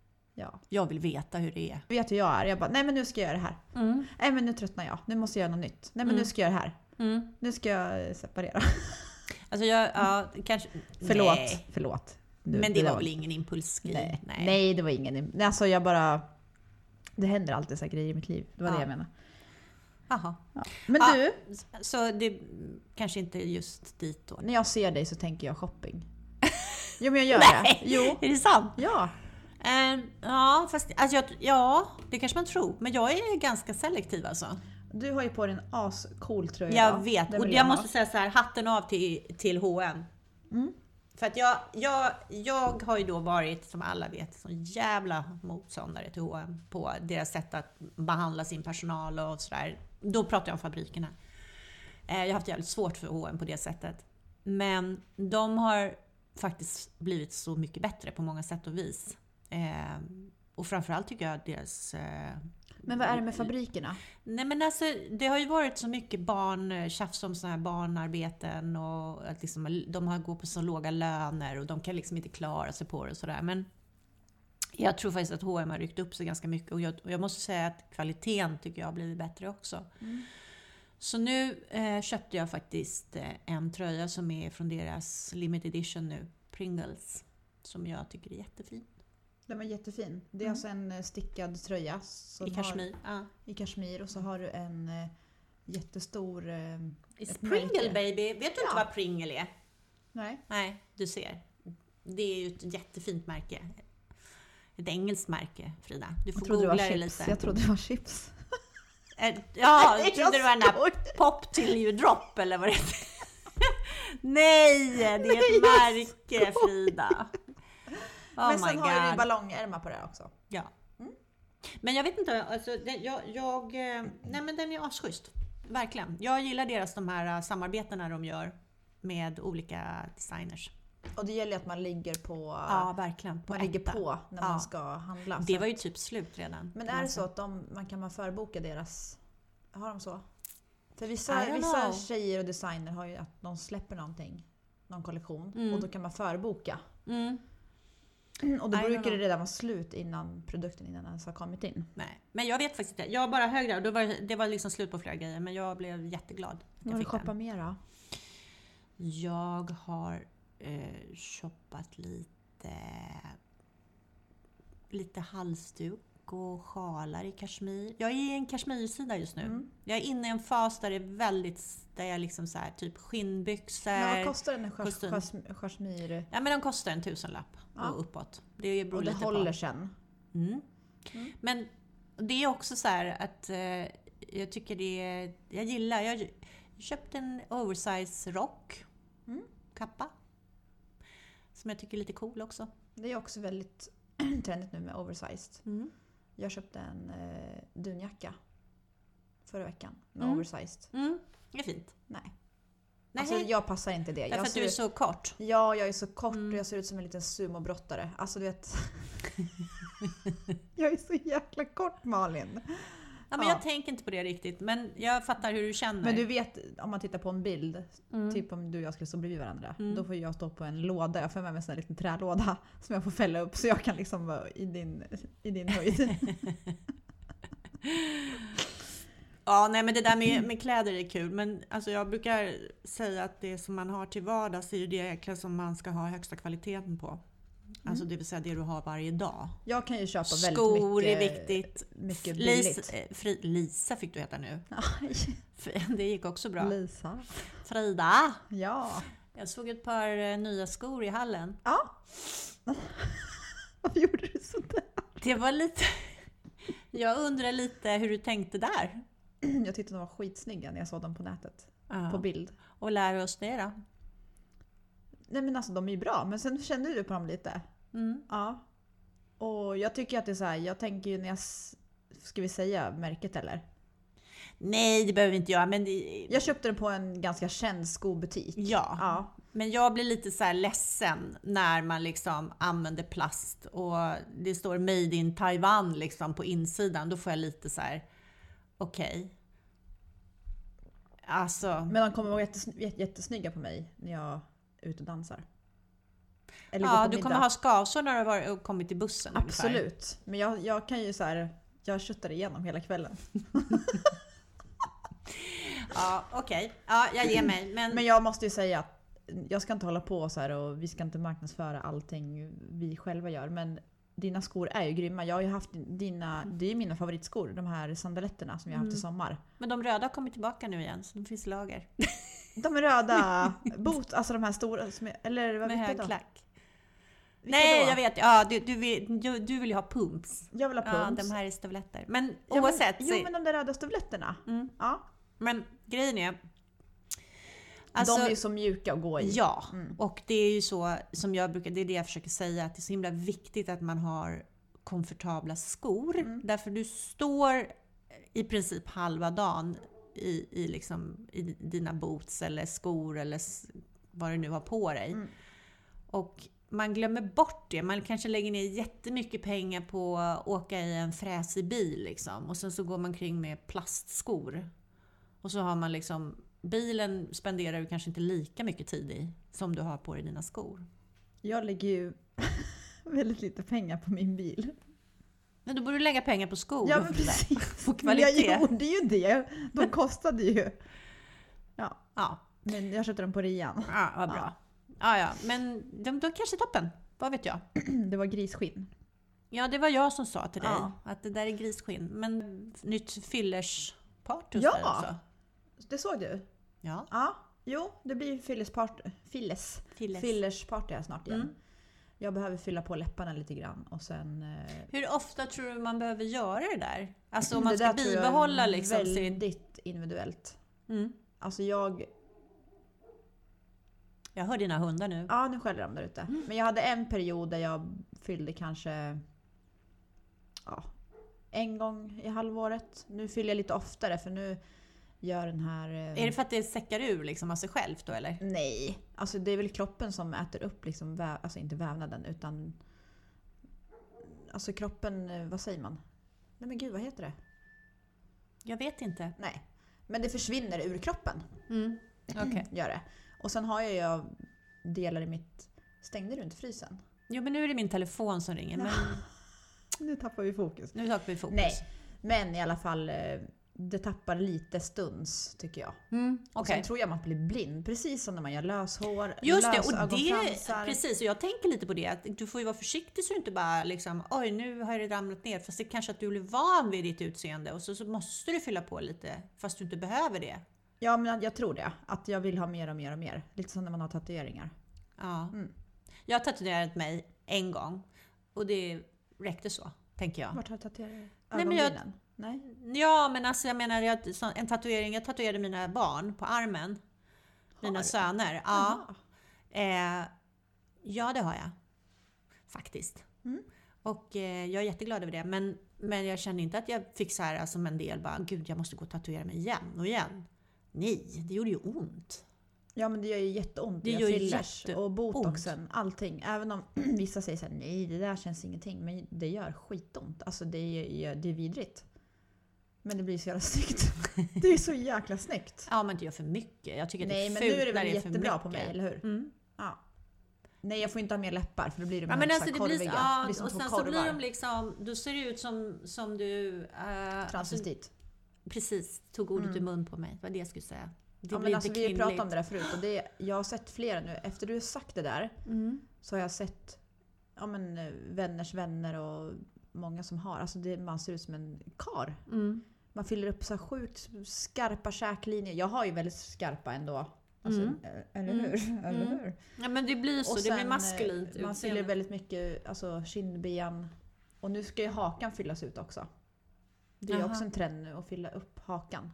ja. Jag vill veta hur det är. Du vet hur jag är. Jag bara, nej men nu ska jag göra det här. Mm. Nej men nu tröttnar jag. Nu måste jag göra något nytt. Nej men Mm. nu ska jag göra det här. Mm. Nu ska jag eh, separera. Alltså jag, ja, kanske... Förlåt. Nej. Förlåt. Nu- Men det var väl ingen impulsgrej? Nej. Nej. nej, det var ingen. Nej, alltså jag bara... Det händer alltid så här grejer i mitt liv. Det var Ja. det jag menade. Jaha. Ja. Men Ja. du, Så det kanske inte just dit då. när jag ser dig så tänker jag shopping. Jo men jag gör Nej. det. Jo. Är det sant? Ja. Eh, ja, fast alltså jag, ja, det kanske man tror. Men jag är ganska selektiv alltså. Du har ju på dig en ascool tröja. Jag idag. vet. Den Och vill jag ha. måste säga så här, hatten av till, till H och M. Mm. För att jag, jag, jag har ju då varit, som alla vet, sån jävla motståndare till H och M på deras sätt att behandla sin personal och sådär. Då pratar jag om fabrikerna. Eh, Jag har haft jävligt svårt för H och M på det sättet. Men de har faktiskt blivit så mycket bättre på många sätt och vis. Eh, och framförallt tycker jag att deras... Eh, men vad är det med fabrikerna? Nej men alltså, det har ju varit så mycket barn, tjafs om såna här barnarbeten och att liksom, de har gått på så låga löner och de kan liksom inte klara sig på det och sådär. Men jag tror faktiskt att H och M har ryckt upp sig ganska mycket och jag, och jag måste säga att kvaliteten tycker jag har blivit bättre också. Mm. Så nu eh, köpte jag faktiskt eh, en tröja som är från deras limited edition nu, Pringles, som jag tycker är jättefin. Den var jättefin. Det är mm. alltså en stickad tröja. Som I kashmir. Har, ja. I kashmir och så har du en eh, jättestor... Eh, It's Pringle baby. Vet du ja. inte vad Pringle är? Nej. Nej, du ser. Det är ju ett jättefint märke. Ett engelskt märke, Frida. Du får googla det, det lite. Jag trodde det var chips. Ja, jag trodde det var den här pop till you drop eller vad det heter. Nej, det är Nej, ett märke, Frida. Oh men sen har God. Du ballongärmar på det också. Ja. Mm. Men jag vet inte, alltså, den, jag, jag, nej men den är asschysst. Verkligen. Jag gillar deras de här samarbetena de gör med olika designers. Och det gäller att man ligger på, ja, verkligen, på man ligger på när ja. man ska handla. Det var ju typ slut redan. Men är det så att de, man kan man förboka deras, har de så? För vissa, vissa tjejer och designer har ju att de släpper någonting, någon kollektion, mm. och då kan man förboka. Mm. Och då brukar det redan vara slut innan produkten innan den har kommit in. Nej, men jag vet faktiskt inte. Jag bara högre och då var det var liksom slut på flera grejer, men jag blev jätteglad. Vad har du shoppat mer då? Jag har eh, shoppat lite lite halsduk och sjalar i kashmir. Jag är i en kashmirsida just nu. Mm. Jag är inne i en fas där det är väldigt, där jag liksom så här, typ skinnbyxor. Ja, vad kostar en kashmir? Ja, men de kostar en tusenlapp ja. och uppåt. Det beror och det lite håller på. sen. Mm. Mm. Men det är också så här att eh, jag tycker det är, jag gillar, jag köpte en oversize rock, mm. kappa, som jag tycker är lite cool också. Det är också väldigt trendigt nu med oversized. Mm. Jag köpte en eh, dunjacka förra veckan med mm. oversized. Mm. Det är fint. Nej. Nej. Alltså jag passar inte det. Därför jag att du är så kort. Ja, jag är så kort mm. och jag ser ut som en liten sumobrottare. Alltså du vet. Jag är så jäkla kort, Malin. Ja, men ja. jag tänker inte på det riktigt. Men jag fattar hur du känner. Men du vet, om man tittar på en bild, mm. typ om du och jag skulle stå bredvid varandra, mm. då får jag stå på en låda. Jag får med mig en sån här liten trälåda som jag får fälla upp så jag kan liksom vara i din, i din höjd. Ja, nej men det där med, med kläder är kul. Men alltså jag brukar säga att det som man har till vardags är ju det som man ska ha högsta kvaliteten på. Alltså det vill säga det du har varje dag. Jag kan ju köpa Skor väldigt mycket. Skor är viktigt. Mycket billigt. Lisa, Fri, Lisa fick du heta nu. Det gick också bra. Lisa. Frida. Ja. Jag såg ett par nya skor i hallen. Ja. Varför gjorde du sådär? Det var lite... Jag undrar lite hur du tänkte där. Jag tyckte de var skitsnygga när jag såg dem på nätet. Ja. På bild. Och lär oss det då? Nej men alltså de är ju bra. Men sen kände du på dem lite. Mm. Ja. Och jag tycker att det är så här. Jag tänker ju när jag... Ska vi säga märket eller? Nej, det behöver vi inte göra. Men det... Jag köpte den på en ganska känd skobutik. Ja. ja. Men jag blir lite så här ledsen när man liksom använder plast. Och det står Made in Taiwan liksom på insidan. Då får jag lite så här... Okej. Okay. Alltså... Men de kommer vara jättesn- jättesnygga på mig när jag är ute och dansar. Eller ja, du kommer ha skavsår när du har kommit till bussen. Absolut. Ungefär. Men jag, jag kan ju så här... Jag köttar igenom hela kvällen. Ja, okej. Okay. Ja, jag ger mig. Men... men jag måste ju säga att jag ska inte hålla på så här och vi ska inte marknadsföra allting vi själva gör. Men dina skor är ju grymma. Jag har ju haft dina, det är ju mina favoritskor, de här sandaletterna som jag har haft i sommar. Men de röda har kommit tillbaka nu igen, så de finns i lager. De röda bot, alltså de här stora, som är, eller vad med vet hög då? klack. Nej, då? Jag vet. Ja, du, du, vill, du, du vill ju ha pumps. Jag vill ha pumps. Ja, de här är stövletter. Men ja, oavsett. Men, jo, men de där röda stövletterna. Mm. Ja. Men grejen är... Alltså, de är ju så mjuka att gå i. Ja, mm. och det är ju så som jag brukar, det är det jag försöker säga, att det är så himla viktigt att man har komfortabla skor. Mm. Därför du står i princip halva dagen i, i, liksom, i dina boots eller skor eller vad du nu har på dig. Mm. Och man glömmer bort det. Man kanske lägger ner jättemycket pengar på att åka i en fräsig bil liksom. Och sen så går man kring med plastskor. Och så har man liksom, bilen spenderar du kanske inte lika mycket tid i som du har på dig dina skor. Jag lägger ju väldigt lite pengar på min bil. Men då borde du lägga pengar på skor. Ja, men precis. På kvalitet. Jag gjorde ju det. De kostade ju. Ja. Ja. Men jag köpte dem på rean. Ja, vad bra. Ja. Ja, ja, men de, de kanske är toppen. Vad vet jag? Det var grisskinn. Ja, det var jag som sa till dig Ja. att det där är grisskinn. Men nytt fillersparty Ja. också. Det såg du? Ja. Ja. Jo, det blir fillesparty. Filles. Filles. Fillersparty här snart igen. Mm. Jag behöver fylla på läpparna lite grann och sen... Eh, Hur ofta tror du man behöver göra det där? Alltså om det man ska där tror jag är bibehålla liksom sin... väldigt individuellt. Mm. Alltså jag... Jag hör dina hundar nu. Ja, nu skäller de där ute. Mm. Men jag hade en period där jag fyllde kanske... Ja, en gång i halvåret. Nu fyller jag lite oftare för nu gör den här... Eh, Är det för att det säckar ur liksom av sig självt då eller? Nej, alltså det är väl kroppen som äter upp liksom väv, alltså inte vävnaden utan alltså kroppen, eh, vad säger man? Nej men gud, vad heter det? Jag vet inte. Nej, men det försvinner ur kroppen. Mm. Okej. Gör det. Och sen har jag ju delar i mitt... Stängde du inte frysen? Jo, men nu är det min telefon som ringer. Men Nu tappar vi fokus. nu tappar vi fokus. Nej, men i alla fall eh, det tappar lite stuns tycker jag. Mm, Och okej. sen tror jag man blir blind, precis som när man gör löshår, Just det, och det, lösögonfransar. precis, och jag tänker lite på det, att du får ju vara försiktig så du inte bara liksom, oj nu har det ramlat ner, fast det kanske att du blir van vid ditt utseende och så, så måste du fylla på lite, fast du inte behöver det. Ja, men jag tror det. Att jag vill ha mer och mer och mer. Lite som när man har tatueringar. Ja. Mm. Jag har tatuerat mig en gång och det räckte så, tänker jag. Vart har du tatuerat? Nej, men jag- Ögonbrynen? Nej. Ja, men alltså jag menar, jag, så- en tatuering, jag tatuerade mina barn på armen. Mina Har du? söner. Ja. Jaha. Eh, ja, det har jag. Faktiskt. Mm. Och eh, jag är jätteglad över det. Men, men jag kände inte att jag fick så här, som en del bara, gud jag måste gå och tatuera mig igen och igen. Nej, det gjorde ju ont. Ja, men det gör ju jätteont. Det Jag gör ju fillers jätteont. och botoxen, allting. Även om vissa säger så här, nej det där känns ingenting. Men det gör skitont. Alltså det är, det är vidrigt. Men det blir så jävla snyggt. Det är så jäkla snyggt. Ja, men inte gör för mycket. Jag tycker Nej, att men det är nu fult är det när väl det är för jättebra på mycket. mig, eller hur? Mm. Ja. Nej, jag får inte ha mer läppar för då blir de Ja, helt men så alltså här det blir, korviga. ja, det blir som och två sen så korvar. blir de liksom, då ser det ut som, som du... Uh, Transvestit. precis, tog ordet Mm. i mun på mig. Det var det jag skulle säga. Det Ja, blir men alltså, inte vi har ju pratat om kvinnligt. det där förut och det, jag har sett flera nu. Efter du har sagt det där Mm. så har jag sett ja, men, eh, vänners vänner och många som har. Alltså det, man ser ut som en kar. Mm. Man fyller upp så här sjukt skarpa käklinjer. Jag har ju väldigt skarpa ändå. Alltså, Mm. eh, Eller Mm. hur? Eller Mm. hur? Ja, men det blir så. Och Det sen, blir maskulint eh, man fyller utseende. väldigt mycket alltså, kindben. Och nu ska ju hakan fyllas ut också. Det är ju Jaha. också en trend nu att fylla upp hakan.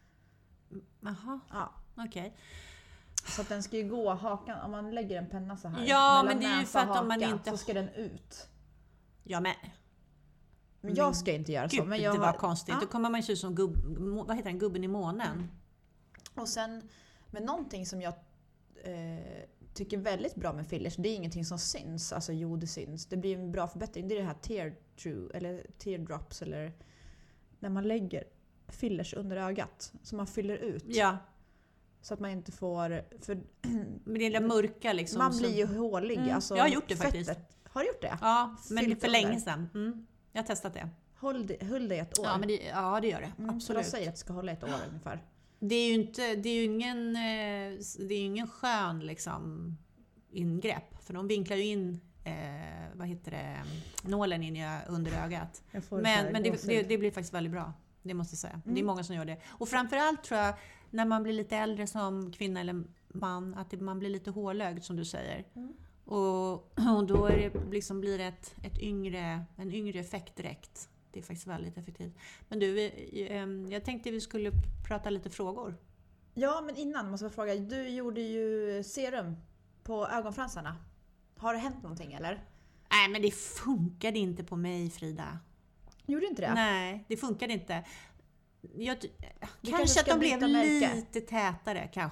Jaha, Ja. okej. Så att den ska ju gå, hakan, om man lägger en penna så här Ja, mellan men det är ju näsa för och att om man haka, inte- så ska den ut. Ja, men Men Men jag ska inte göra så. gud, Men jag det var har- konstigt. Ja. Då kommer man ju se ut som gubb, må- vad heter den? Gubben i månen. Och sen, men någonting som jag eh, tycker är väldigt bra med fillers, det är ingenting som syns. Alltså jo, det syns. Det blir en bra förbättring. Det är det här tear true, eller teardrops, eller när man lägger fillers under ögat. Så man fyller ut. Ja, Så att man inte får... För med det där mörka liksom. man så- blir ju hålig. Mm, Alltså, jag har gjort det fettet. faktiskt. Har du gjort det? Ja, men Fyllt för under. länge sedan. Mm. Jag har testat det. Höll det, höll det ett år? Ja, men det, ja, det gör det. Mm, så Absolut. de säger att det ska hålla ett år ungefär. Det är ju inte, det är ju ingen, eh, det är ju ingen skön liksom ingrepp. För de vinklar ju in, eh, vad heter det, nålen in i under ögat. Jag får så Men, här men det, gåshud. det, det blir faktiskt väldigt bra. Det måste jag säga. Det är Mm. många som gör det. Och framförallt tror jag, när man blir lite äldre som kvinna eller man, att det, man blir lite hålögd som du säger. Mm. Och, och då är det, liksom blir det ett, ett yngre, en yngre effekt direkt. Det är faktiskt väldigt effektivt. Men du, vi, eh, jag tänkte vi skulle prata lite frågor. Ja, men innan måste jag fråga. Du gjorde ju serum på ögonfransarna. Har det hänt någonting eller? Nej, men det funkade inte på mig, Frida. Gjorde inte det? Nej, det funkade inte. Jag, kanske kanske att ska de blev byta märke. lite tätare, kanske.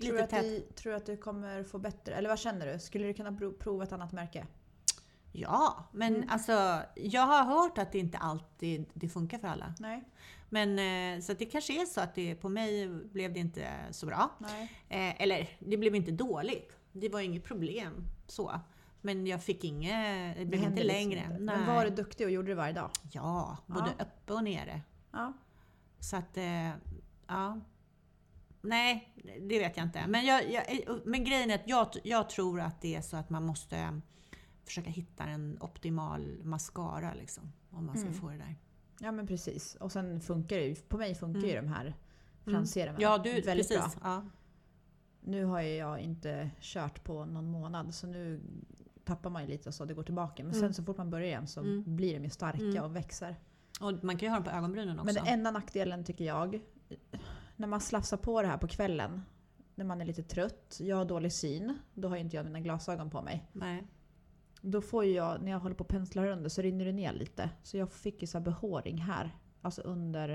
Tror du, lite att tätt. du, tror du att du kommer få bättre, eller vad känner du? Skulle du kunna pro- prova ett annat märke? Ja, men Mm. alltså jag har hört att det inte alltid det funkar för alla. Nej. Men eh, så att det kanske är så att det, på mig blev det inte så bra. Nej. Eh, eller det blev inte dåligt. Det var inget problem så. Men jag fick inget, det blev hände inte liksom längre. inte. Nej. Men var du duktig och gjorde det varje dag? Ja, både Ja. uppe och nere. Ja. Så att, eh, ja. Nej, det vet jag inte. Men, jag, jag, men grejen är att jag, jag tror att det är så att man måste försöka hitta en optimal mascara liksom. Om man ska Mm. få det där. Ja men precis. Och sen funkar det ju, på mig funkar Mm. ju de här franserarna Ja, du, väldigt precis. bra. Ja. Nu har ju jag inte kört på någon månad så nu tappar man ju lite och så det går tillbaka. Men Mm. sen så fort man börjar igen så Mm. blir de ju starka Mm. och växer. Och man kan ju ha dem på ögonbrynen också. Men den enda nackdelen tycker jag, när man slafsar på det här på kvällen, när man är lite trött, jag har dålig syn, då har ju inte jag mina glasögon på mig. Nej. Då får ju jag, när jag håller på och penslar under så rinner det ner lite. Så jag fick ju så här behåring här. Alltså under...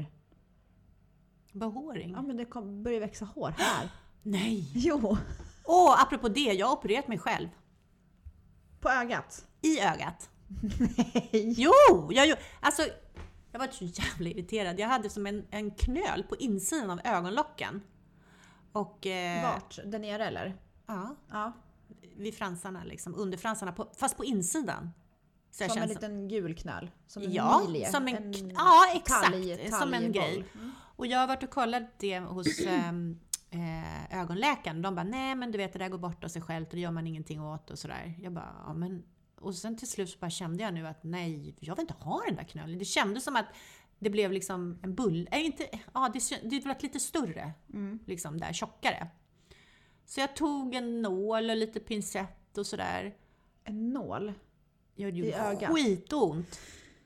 Behåring? Ja men det kom, börjar växa hår här. Nej! Jo, Åh, apropå det, jag har opererat mig själv. på ögat. I ögat. Nej. Jo! Jag, jag, alltså, jag var så jävla irriterad. Jag hade som en, en knöl på insidan av ögonlocken. Och, eh, Vart? Där nere eller? Ja, Ja. vid fransarna liksom. Under fransarna, på, fast på insidan. Så jag Som en känns liten gul knöl. Som en Ja, milie. som en, ja exakt. talg- som en talgboll. grej. Mm. Och jag har varit och kollat det hos ähm, eh, ögonläkaren. De bara, nej men du vet det där går bort av sig självt och det gör man ingenting åt och sådär. Jag bara, ja men... Och sen till slut så bara kände jag nu att nej, jag vill inte ha den där knölen. Det kändes som att det blev liksom en bull... Äh, inte, ja, det, det blev lite större. Mm. Liksom där, tjockare. Så jag tog en nål och lite pincett och sådär. En nål? Jag I gjorde ögat? skitont.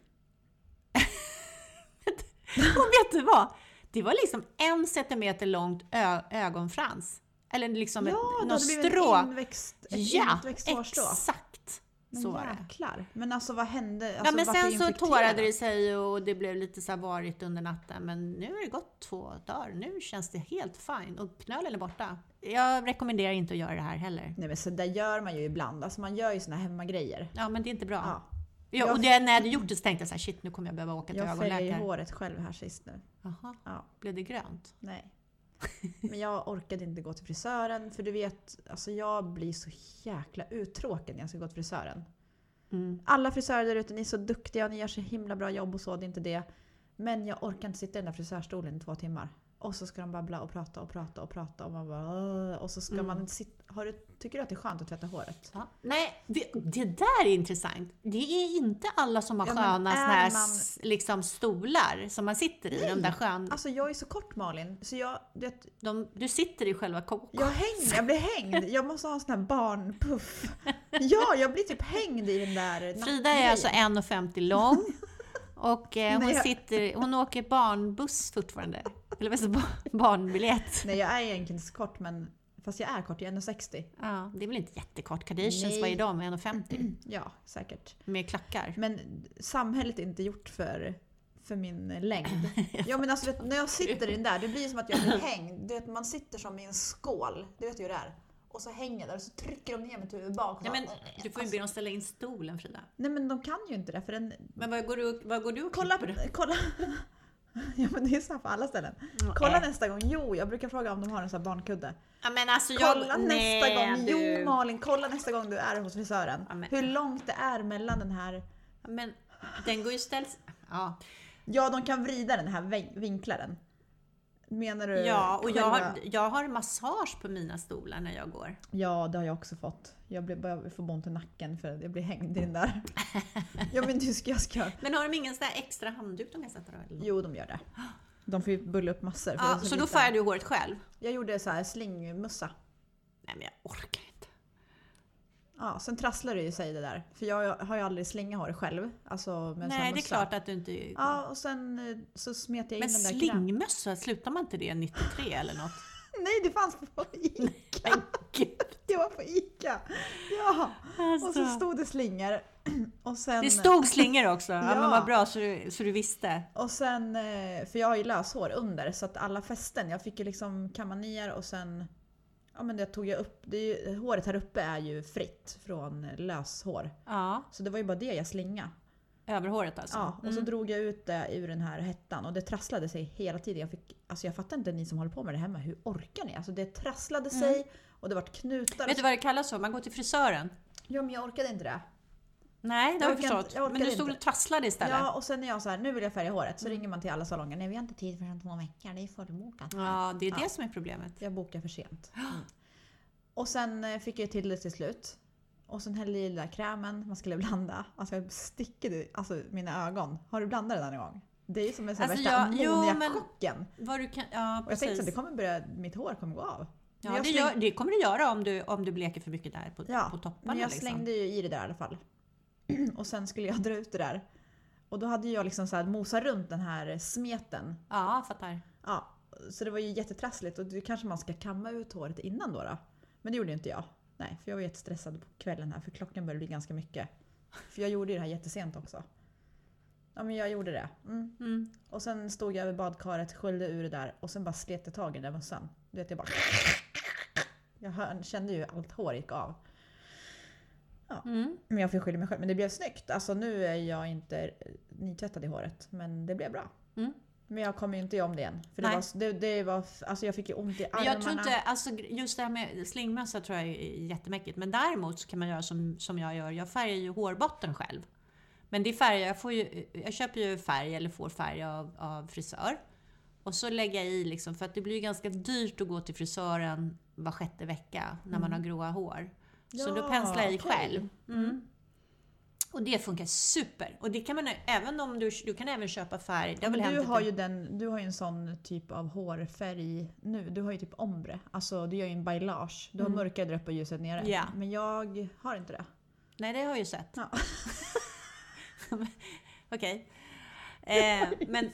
Och vet du vad? Det var liksom en centimeter långt ö- ögonfrans. Eller liksom Ja, ett, då något hade det blivit strå. en inväxt, ett Ja, inväxt hårstrå. exakt. Men Så var det. jäklar. Men alltså vad hände? Alltså, Ja, men vart det sen så infekterat? tårade det sig och det blev lite så här varigt under natten. Men nu har det gått två dagar. Nu känns det helt fine. Och knölen är borta. Jag rekommenderar inte att göra det här heller. Nej men så där gör man ju ibland. Alltså man gör ju såna hemmagrejer. Ja, men det är inte bra. Ja. Ja, och det, när jag hade gjort det så tänkte jag så här, shit, nu kommer jag behöva åka till Jag färgar ju ögonläkare. håret själv här sist nu. Jaha, Ja, blev det grönt? nej. Men jag orkade inte gå till frisören. För du vet, alltså jag blir så jäkla uttråkad när jag ska gå till frisören. Mm. Alla frisörer där ute, ni är så duktiga och ni gör så himla bra jobb och så, det är inte det. Men jag orkar inte sitta i den där frisörstolen i två timmar. Och så ska de babbla och prata och prata och prata och man bara... "Åh." Och så ska Mm. man sitta... Har du, tycker du att det är skönt att tvätta håret? Ja. Nej, det, det där är intressant. Det är inte alla som har Ja, men sköna är såna här man- s- liksom stolar som man sitter i. Nej. De där skön, Alltså jag är så kort Malin, så jag... Du vet, de, du sitter i själva kok. jag hänger, jag blir hängd. Jag måste ha en sån här barnpuff. Ja, jag blir typ hängd i den där Frida är nackgrejen. alltså en komma femtio lång. Och eh, hon, Nej, jag- sitter, hon åker barnbuss fortfarande. Eller vad säger jag, barnbiljett. Nej, jag är egentligen inte så kort, men... Fast jag är kort, jag är en komma sextio. Ja, det är väl inte jättekort. Kardashians, Nej. vad är de? en komma femtio Ja, säkert. med klackar. Men samhället är inte gjort för, för min längd. Ja, men alltså, vet, när jag sitter i den där, det blir som att jag blir hängd. Du vet, man sitter som i en skål. Du vet ju hur det är. Och så hänger jag där och så trycker de ner mitt huvud bak. Ja, men du får ju Alltså, be dem ställa in stolen, Frida. nej, men de kan ju inte det. För den, Men vad går du, vad går du och kolla, klipper? kolla. Ja, men det är så här på alla ställen. Kolla nästa gång. Jo, jag brukar fråga om de har en sån här barnkudde. Ja, men alltså jag, Kolla nej, nästa gång. du. Jo, Malin, kolla nästa gång du är hos frisören. Ja, men- Hur långt det är mellan den här... Ja, men den går ju ställs... Ja, Ja, de kan vrida den här, vin- vinkla den. Menar du? ja och jag själva- har, jag har massage på mina stolar när jag går. Ja, det har jag också fått. Jag blir- börjar få ont i nacken för att jag blir hängd i den där. Ja, men du ska jag ska. Men har de ingen sån där extra handduk de kan sätta då? Eller? Jo, de gör det. De får ju bulla upp massor. för Ja, det är så då lite- färgar du håret själv? Jag gjorde så här slingmussa. Nej, men jag orkar inte. Ja, sen trasslar det ju sig det där. För jag har ju aldrig slingat hår själv. Alltså med en sån Nej, här det är mössa. klart att du inte... Ja, och sen eh, så smet jag in Men den där kräm. slingmössa, slutar man inte det nittiotre eller något? Nej, det fanns på Ica. Men gud, Det var på Ica. Ja, och så alltså. stod det slingor. Och sen... Det stod slingor också. Ja, Ja. men vad bra så du, så du visste. Och sen, eh, för jag har ju löshår under så att alla fästen, jag fick ju liksom kamma ner och sen Ja, men det tog jag upp. Det är ju, håret här uppe är ju fritt från löshår. Ja. Så det var ju bara det jag slinga. Överhåret alltså? Ja, och mm. så drog jag ut det ur den här hettan. Och det trasslade sig hela tiden. Jag, fick, alltså jag fattar inte, ni som håller på med det hemma, hur orkar ni? Alltså det trasslade Mm. sig och det var knutar. Vet du vad det kallas så? Man går till frisören. Ja, men jag orkade inte det. Nej, det har jag orkar förstått. inte- jag orkar Men du stod inte. och trasslade istället. Ja, och sen är jag så här, nu vill jag färga håret. Så ringer man till alla salonger. Nej, vi har inte tid för två veckor, det är fullbokat. Ja, det är det Ja. som är problemet. Jag bokar för sent. Mm. Och sen eh, fick jag till det till slut. Och sen hällde jag i den där krämen, man skulle blanda. Alltså jag stickade alltså, mina ögon. Har du blandat den någon gång? Det är som en sån Alltså, värsta jag- jo, men- ammoniakchocken. Vad du kan, ja, Och jag tänkte precis. att det kommer börja, mitt hår kommer gå av. Men Ja, jag det, släng- gör, det kommer du göra om du, om du bleker för mycket där på, ja, på topparna. men jag liksom. slängde ju i det där i alla fall. Och sen skulle jag dra ut det där. Och då hade jag liksom så här mosat runt den här smeten. Ja, fattar. Ja, så det var ju jättetrassligt. Och det kanske man ska kamma ut håret innan då, då. Men det gjorde ju inte jag. Nej, för jag var jättestressad på kvällen här. För klockan började bli ganska mycket. För jag gjorde ju det här jättesent också. Ja, men jag gjorde det. Mm. Mm. Och sen stod jag över badkaret, sköljde ur det där. Och sen bara slet jag tag i den där mössan. Du vet, jag bara... Jag hör, kände ju allt hår gick av. Ja. Mm. Men jag fick skylla mig själv. Men det blev snyggt. Alltså nu är jag inte nytvättad i håret. Men det blev bra. Mm. Men jag kommer ju inte göra om det igen. För det Nej. var, det, det var, alltså jag fick ju ont i Men armarna. jag tror inte, alltså just det här med slingmössa tror jag är jättemäckigt. Men däremot så kan man göra som, som jag gör. Jag färgar ju hårbotten själv. Men det färgar, jag får ju, jag köper ju färg eller får färg av, av frisör. Och så lägger jag i liksom, för att det blir ju ganska dyrt att gå till frisören var sjätte vecka när man har gråa hår. Så Ja, då penslar jag i okej. själv. Mm. Och det funkar super. Och det kan man, även om du, du kan även köpa färg. Det har väl Men du hänt har att ju den, du har ju en sån typ av hårfärg nu. Du har ju typ ombre. Alltså du gör ju en bailage. Du har Mm. mörkare där uppe och ljuset nere. Ja. Men jag har inte det. Nej, det har jag ju sett. Ja. Okej. Eh, men,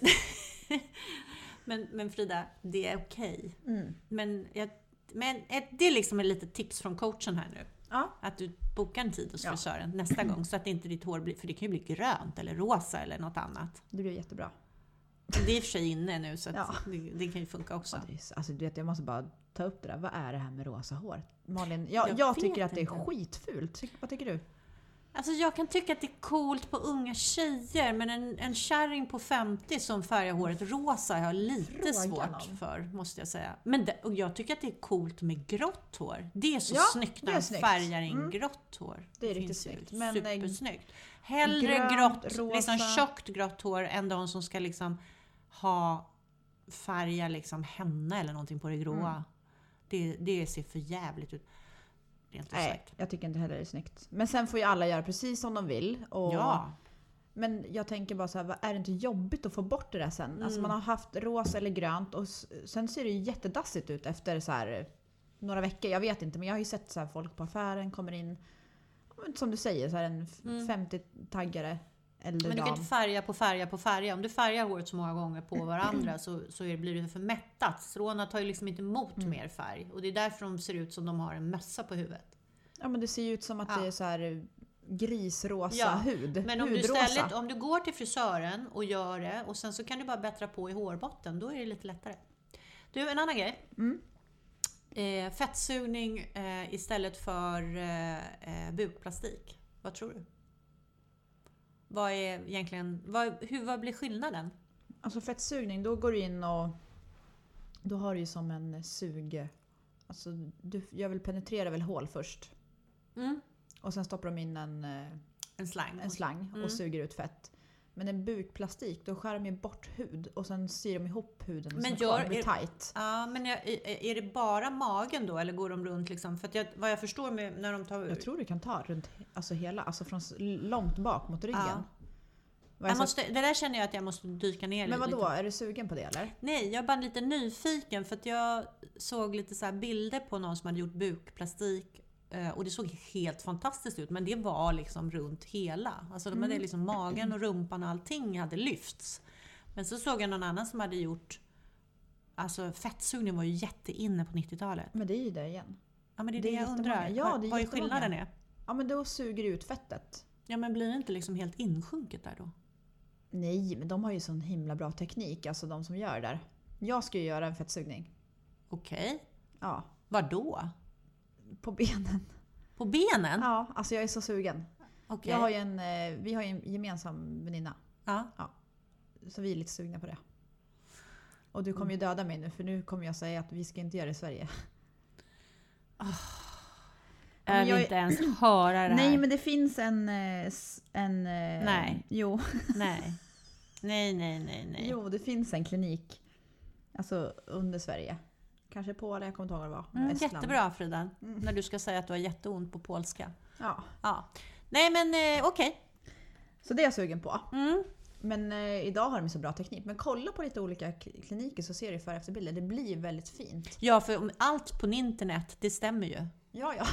men, men Frida, det är okej. Mm. Men, jag, men ett, det är liksom ett litet tips från coachen här nu. Ja. Att du bokar en tid hos Ja. frisören nästa gång. Så att inte ditt hår blir, för det kan ju bli grönt eller rosa eller något annat. Det blir jättebra. Det är i och för sig inne nu så att Ja. det, det kan ju funka också. Ja, det är, så- alltså, du vet, jag måste bara ta upp det där. Vad är det här med rosa hår? Malin, jag, Jag jag, vet tycker att det är inte. skitfult. Ty- Vad tycker du? Alltså jag kan tycka att det är coolt på unga tjejer, men en, en kärring på femtio som färgar håret rosa har jag lite Frågan svårt om. för, måste jag säga. Men det, och jag tycker att det är coolt med grått hår. Det är så Ja, snyggt det när är de snyggt. färgar in Mm. grått hår. Det är riktigt finns ju snyggt. Men, eh, supersnyggt. Hellre grönt, grått, rosa. liksom tjockt grått hår än de som ska liksom ha färga liksom henna eller någonting på det gråa. Mm. Det, det ser för jävligt ut. Rent ut Nej, sagt. jag tycker inte heller det är snyggt. Men sen får ju alla göra precis som de vill. Och, Ja. Men jag tänker bara så här, vad- är det inte jobbigt att få bort det där sen? Mm. Alltså man har haft rosa eller grönt och s- sen ser det ju jättedassigt ut efter så här några veckor. Jag vet inte, men jag har ju sett så här folk på affären kommer in, men som du säger, så här en f- Mm. femtio-taggare äldre Men du kan dam. inte färga på färga på färga. Om du färgar håret så många gånger på varandra så, så är det, blir det för mättat. Stråna tar ju liksom inte emot Mm. mer färg. Och det är därför de ser ut som de har en mössa på huvudet. Ja, men det ser ju ut som att Ja. det är så här grisrosa Ja, hud. Men om du, Hudrosa. istället, om du går till frisören och gör det och sen så kan du bara bättra på i hårbotten. Då är det lite lättare. Du, en annan grej. Mm. Eh, fettsugning eh, istället för eh, eh, bukplastik. Vad tror du? Vad är egentligen, vad, hur, vad blir skillnaden? Alltså fettsugning, då går du in och då har du ju som en sug... Alltså du, jag vill penetrera väl hål först. Mm. Och sen stoppar de in en, eh, En slang. en slang och Mm. suger ut fett. Men en bukplastik, då skär de ju bort hud och sen syr de ihop huden Men som är gör- kvar. Det blir är- tight. Ja, men är, är är det bara magen då eller går de runt liksom? För att jag, vad jag förstår med, när de tar Jag tror du kan ta runt alltså hela, alltså från s- långt bak mot ryggen. Ja. Vad jag jag måste, det där känner jag att jag måste dyka ner i men vad lite. då? Är du sugen på det eller? Nej, jag är bara lite nyfiken för att jag såg lite så här bilder på någon som hade gjort bukplastik eh, och det såg helt fantastiskt ut, men det var liksom runt hela. Alltså de hade liksom magen och rumpan och allting hade lyfts. Men så såg jag någon annan som hade gjort, alltså fettsugning var ju jätteinne på nittiotalet. Men det är ju det igen. Ja, men det är Det det, är jag jättemånga. undrar. Ja, vad, det är vad är jättemånga. skillnaden är? Ja, men då suger du ut fettet. Ja, men blir det inte liksom helt insjunket där då? Nej, men de har ju sån himla bra teknik, alltså de som gör det där. Jag ska ju göra en fettsugning. Okej. Ja, Var då? På benen. På benen? Ja, alltså jag är så sugen. Okay. Jag har ju en, eh, vi har ju en gemensam väninna. Ja. Ja. Så vi är lite sugna på det. Och du kommer ju döda mig nu, för nu kommer jag säga att vi ska inte göra det i Sverige. Oh. Jag vill jag... inte ens höra det här. Nej, men det finns en... en nej. Jo. Nej. Nej, nej, nej, nej. Jo, det finns en klinik. Alltså under Sverige. Kanske Polen, jag kommer inte ihåg vad det var. Mm, jättebra, Frida. Mm. När du ska säga att du har jätteont på polska. Ja. Ja. Nej, men eh, okej. Okay. Så det är jag sugen på. Mm. Men eh, idag har de så bra teknik. Men kolla på lite olika kliniker så ser du för efterbilder. Det blir väldigt fint. Ja, för allt på internet, det stämmer ju. Ja, ja.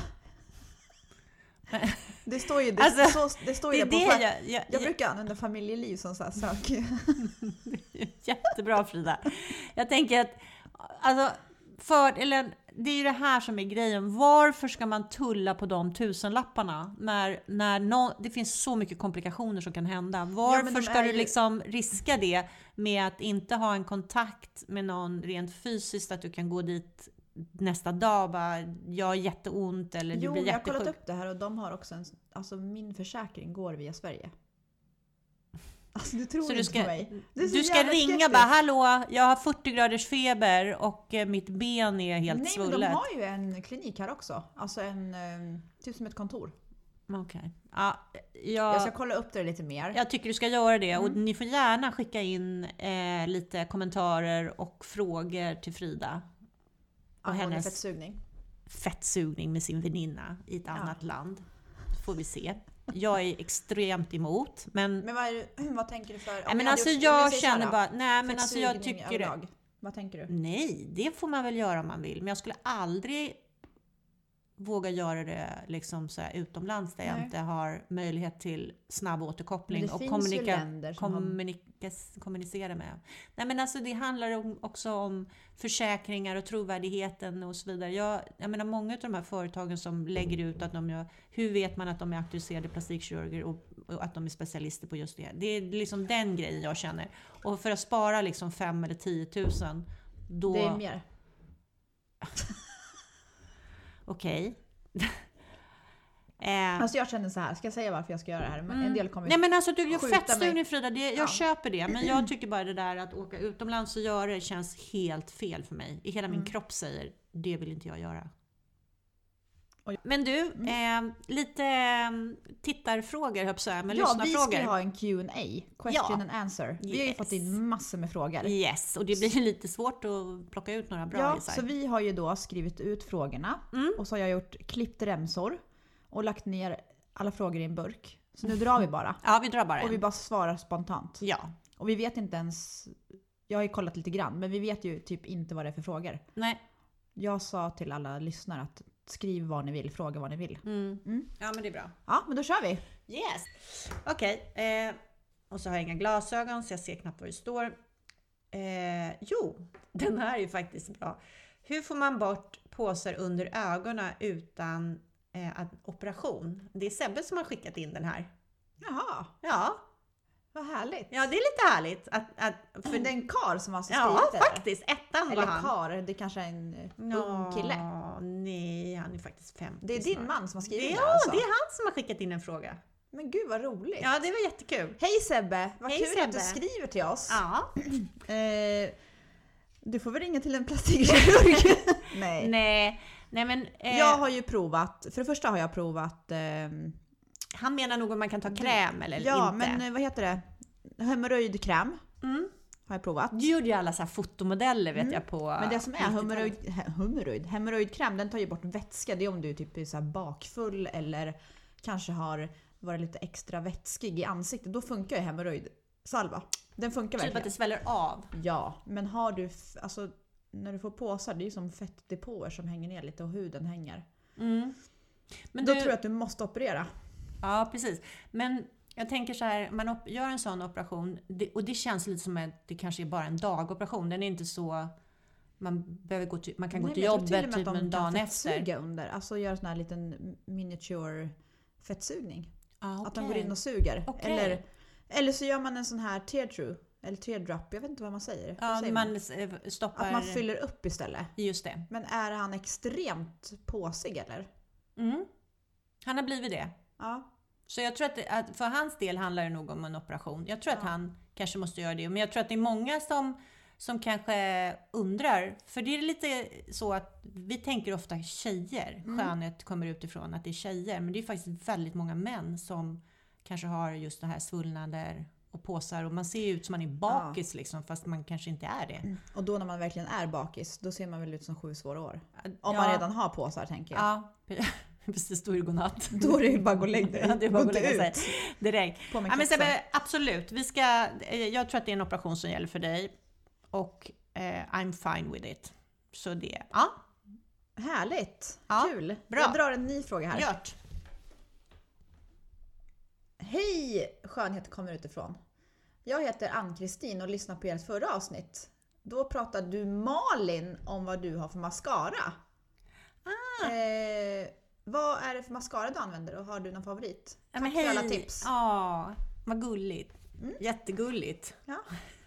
Det står ju det, alltså, så, det står ju det, det det på jag, jag, jag, jag brukar använda familjeliv som så här sök. Jättebra, Frida. Jag tänker att alltså, för, eller, det är ju det här som är grejen. Varför ska man tulla på de tusenlapparna när, när no, det finns så mycket komplikationer som kan hända? Varför ja, ska du ju... liksom riska det med att inte ha en kontakt med någon rent fysiskt, att du kan gå dit nästa dag och bara, jag har jätteont eller du jo, blir jättesjuk. Jag har kollat upp det här och de har också en, alltså min försäkring går via Sverige. Alltså du tror så inte du ska, på mig. Du ska ringa bara, hallå, jag har fyrtio graders feber och mitt ben är helt Nej, svullet. Nej, men de har ju en klinik här också. Alltså en, typ som ett kontor. Okej. Okay. Ja, jag, jag ska kolla upp det lite mer. Jag tycker du ska göra det. Mm. Och ni får gärna skicka in eh, lite kommentarer och frågor till Frida. Och hennes fettsugning. fettsugning med sin väninna i ett ja. annat land. Får vi se. Jag är extremt emot. Men, men vad, är, vad tänker du för? Nej, men alltså gjort, jag känner bara... Nej, men alltså jag tycker... Överlag. Vad tänker du? Nej, det får man väl göra om man vill. Men jag skulle aldrig våga göra det liksom så här utomlands där Nej. jag inte har möjlighet till snabb återkoppling och kommunika- kommunika- har... kommunicera med. Nej, men alltså det handlar också om försäkringar och trovärdigheten och så vidare. Jag, jag menar många av de här företagen som lägger ut att de gör, hur vet man att de är auktoriserade plastikkirurger och, och att de är specialister på just det. Det är liksom den grejen jag känner. Och för att spara liksom fem eller tio tusen då... Det är mer. Okej. eh, alltså jag känner så här, ska jag säga varför jag ska göra det här? Men mm. en del kommer Nej men alltså du gör fettstugning, Frida, det, jag ja. köper det. Men jag tycker bara det där att åka utomlands och göra det känns helt fel för mig. I hela min mm. kropp säger, det vill inte jag göra. Oj. Men du, mm. eh, lite tittarfrågor höll jag men ja, lyssnarfrågor. Ja, vi ska ha en Q and A, question ja. and answer. Vi yes. har ju fått in massor med frågor. Yes, och det blir lite svårt att plocka ut några bra Ja, isar. Så vi har ju då skrivit ut frågorna mm. och så har jag gjort klippt remsor och lagt ner alla frågor i en burk. Så nu drar vi bara. Ja, vi drar bara en. Och vi bara svarar spontant. Ja. Och vi vet inte ens, jag har ju kollat lite grann, men vi vet ju typ inte vad det är för frågor. Nej. Jag sa till alla lyssnare att skriv vad ni vill, fråga vad ni vill. Mm. Mm. Ja, men det är bra. Ja, men då kör vi. Yes. Okej. Okay. Eh, och så har jag inga glasögon så jag ser knappt vad det står. Eh, jo, den här är ju faktiskt bra. Hur får man bort påsar under ögonen utan eh, operation? Det är Sebbe som har skickat in den här. Jaha. Ja. Vad härligt. Ja, det är lite härligt. Att, att, för det är en kar som har skrivit ja, det. Ja, faktiskt. Ettan eller var han. Kar, det kanske är en no, ung kille. Nej, han är faktiskt femtio. Det är din man som har skrivit det, det alltså. Ja, det är han som har skickat in en fråga. Men gud vad roligt. Ja, det var jättekul. Hej Sebbe, vad Hej, kul Sebbe. att du skriver till oss. Ja. eh, du får väl ringa till en plastikkirurg. Nej. Nej. Nej, men... Eh, jag har ju provat, för det första har jag provat... Eh, han menar nog om man kan ta kräm eller ja, inte. Ja, men vad heter det? Hemorrojdkräm. Mm. Har jag provat. Du gjorde ju alla så här fotomodeller vet mm. jag på. Men det som är hemorrojd, hemorrojd, hemorrojdkräm, den tar ju bort vätska. Det är om du typ är så här bakfull eller kanske har varit lite extra vätskig i ansiktet. Då funkar ju hemorrojdsalva. Den funkar typ verkligen. Typ att det sväller av. Ja, men har du, alltså när du får påsar, det är ju som fettdepåer som hänger ner lite och huden hänger. Mm. Men då du... tror jag att du måste operera. Ja, precis. Men jag tänker så här, man gör en sån operation och det känns lite som att det kanske är bara en dagoperation. Den är inte så man behöver gå till, man kan Nej, gå till jobbet typ en dag efter. Under, alltså göra sån här liten miniature fettsugning. Ah, okay. Att de går in och suger. Okay. Eller, eller så gör man en sån här tear through. Eller teardrop, jag vet inte vad man säger. Ja, säger man, man? stoppar... Att man fyller upp istället. Just det. Men är han extremt påsig eller? Mm. Han har blivit det. Ja. Så jag tror att, det, att för hans del handlar det nog om en operation. Jag tror ja. att han kanske måste göra det. Men jag tror att det är många som, som kanske undrar. För det är lite så att vi tänker ofta tjejer. Mm. Skönhet kommer utifrån att det är tjejer. Men det är faktiskt väldigt många män som kanske har just det här svullnader och påsar. Och man ser ut som man är bakis ja. liksom, fast man kanske inte är det. Mm. Och då när man verkligen är bakis, då ser man väl ut som sju svåra år. Om ja. man redan har påsar, tänker jag. Ja, precis, då är det godnatt. Då är det ju bara att lägga dig. Ja, det är bara att lägga sig direkt. Ja, men Sebbe, absolut. Vi ska, jag tror att det är en operation som gäller för dig. Och eh, I'm fine with it. Så det, ja. Härligt. Ja, kul. Bra. Jag drar en ny fråga här. Gjort. Hej, skönhet kommer utifrån. Jag heter Ann-Kristin och lyssnar på ert förra avsnitt. Då pratade du Malin om vad du har för mascara. Ah. Eh, vad är det för mascara du använder och har du någon favorit? Ja, Tack för alla tips. Ja, vad gulligt. Mm. Jättegulligt. Ja.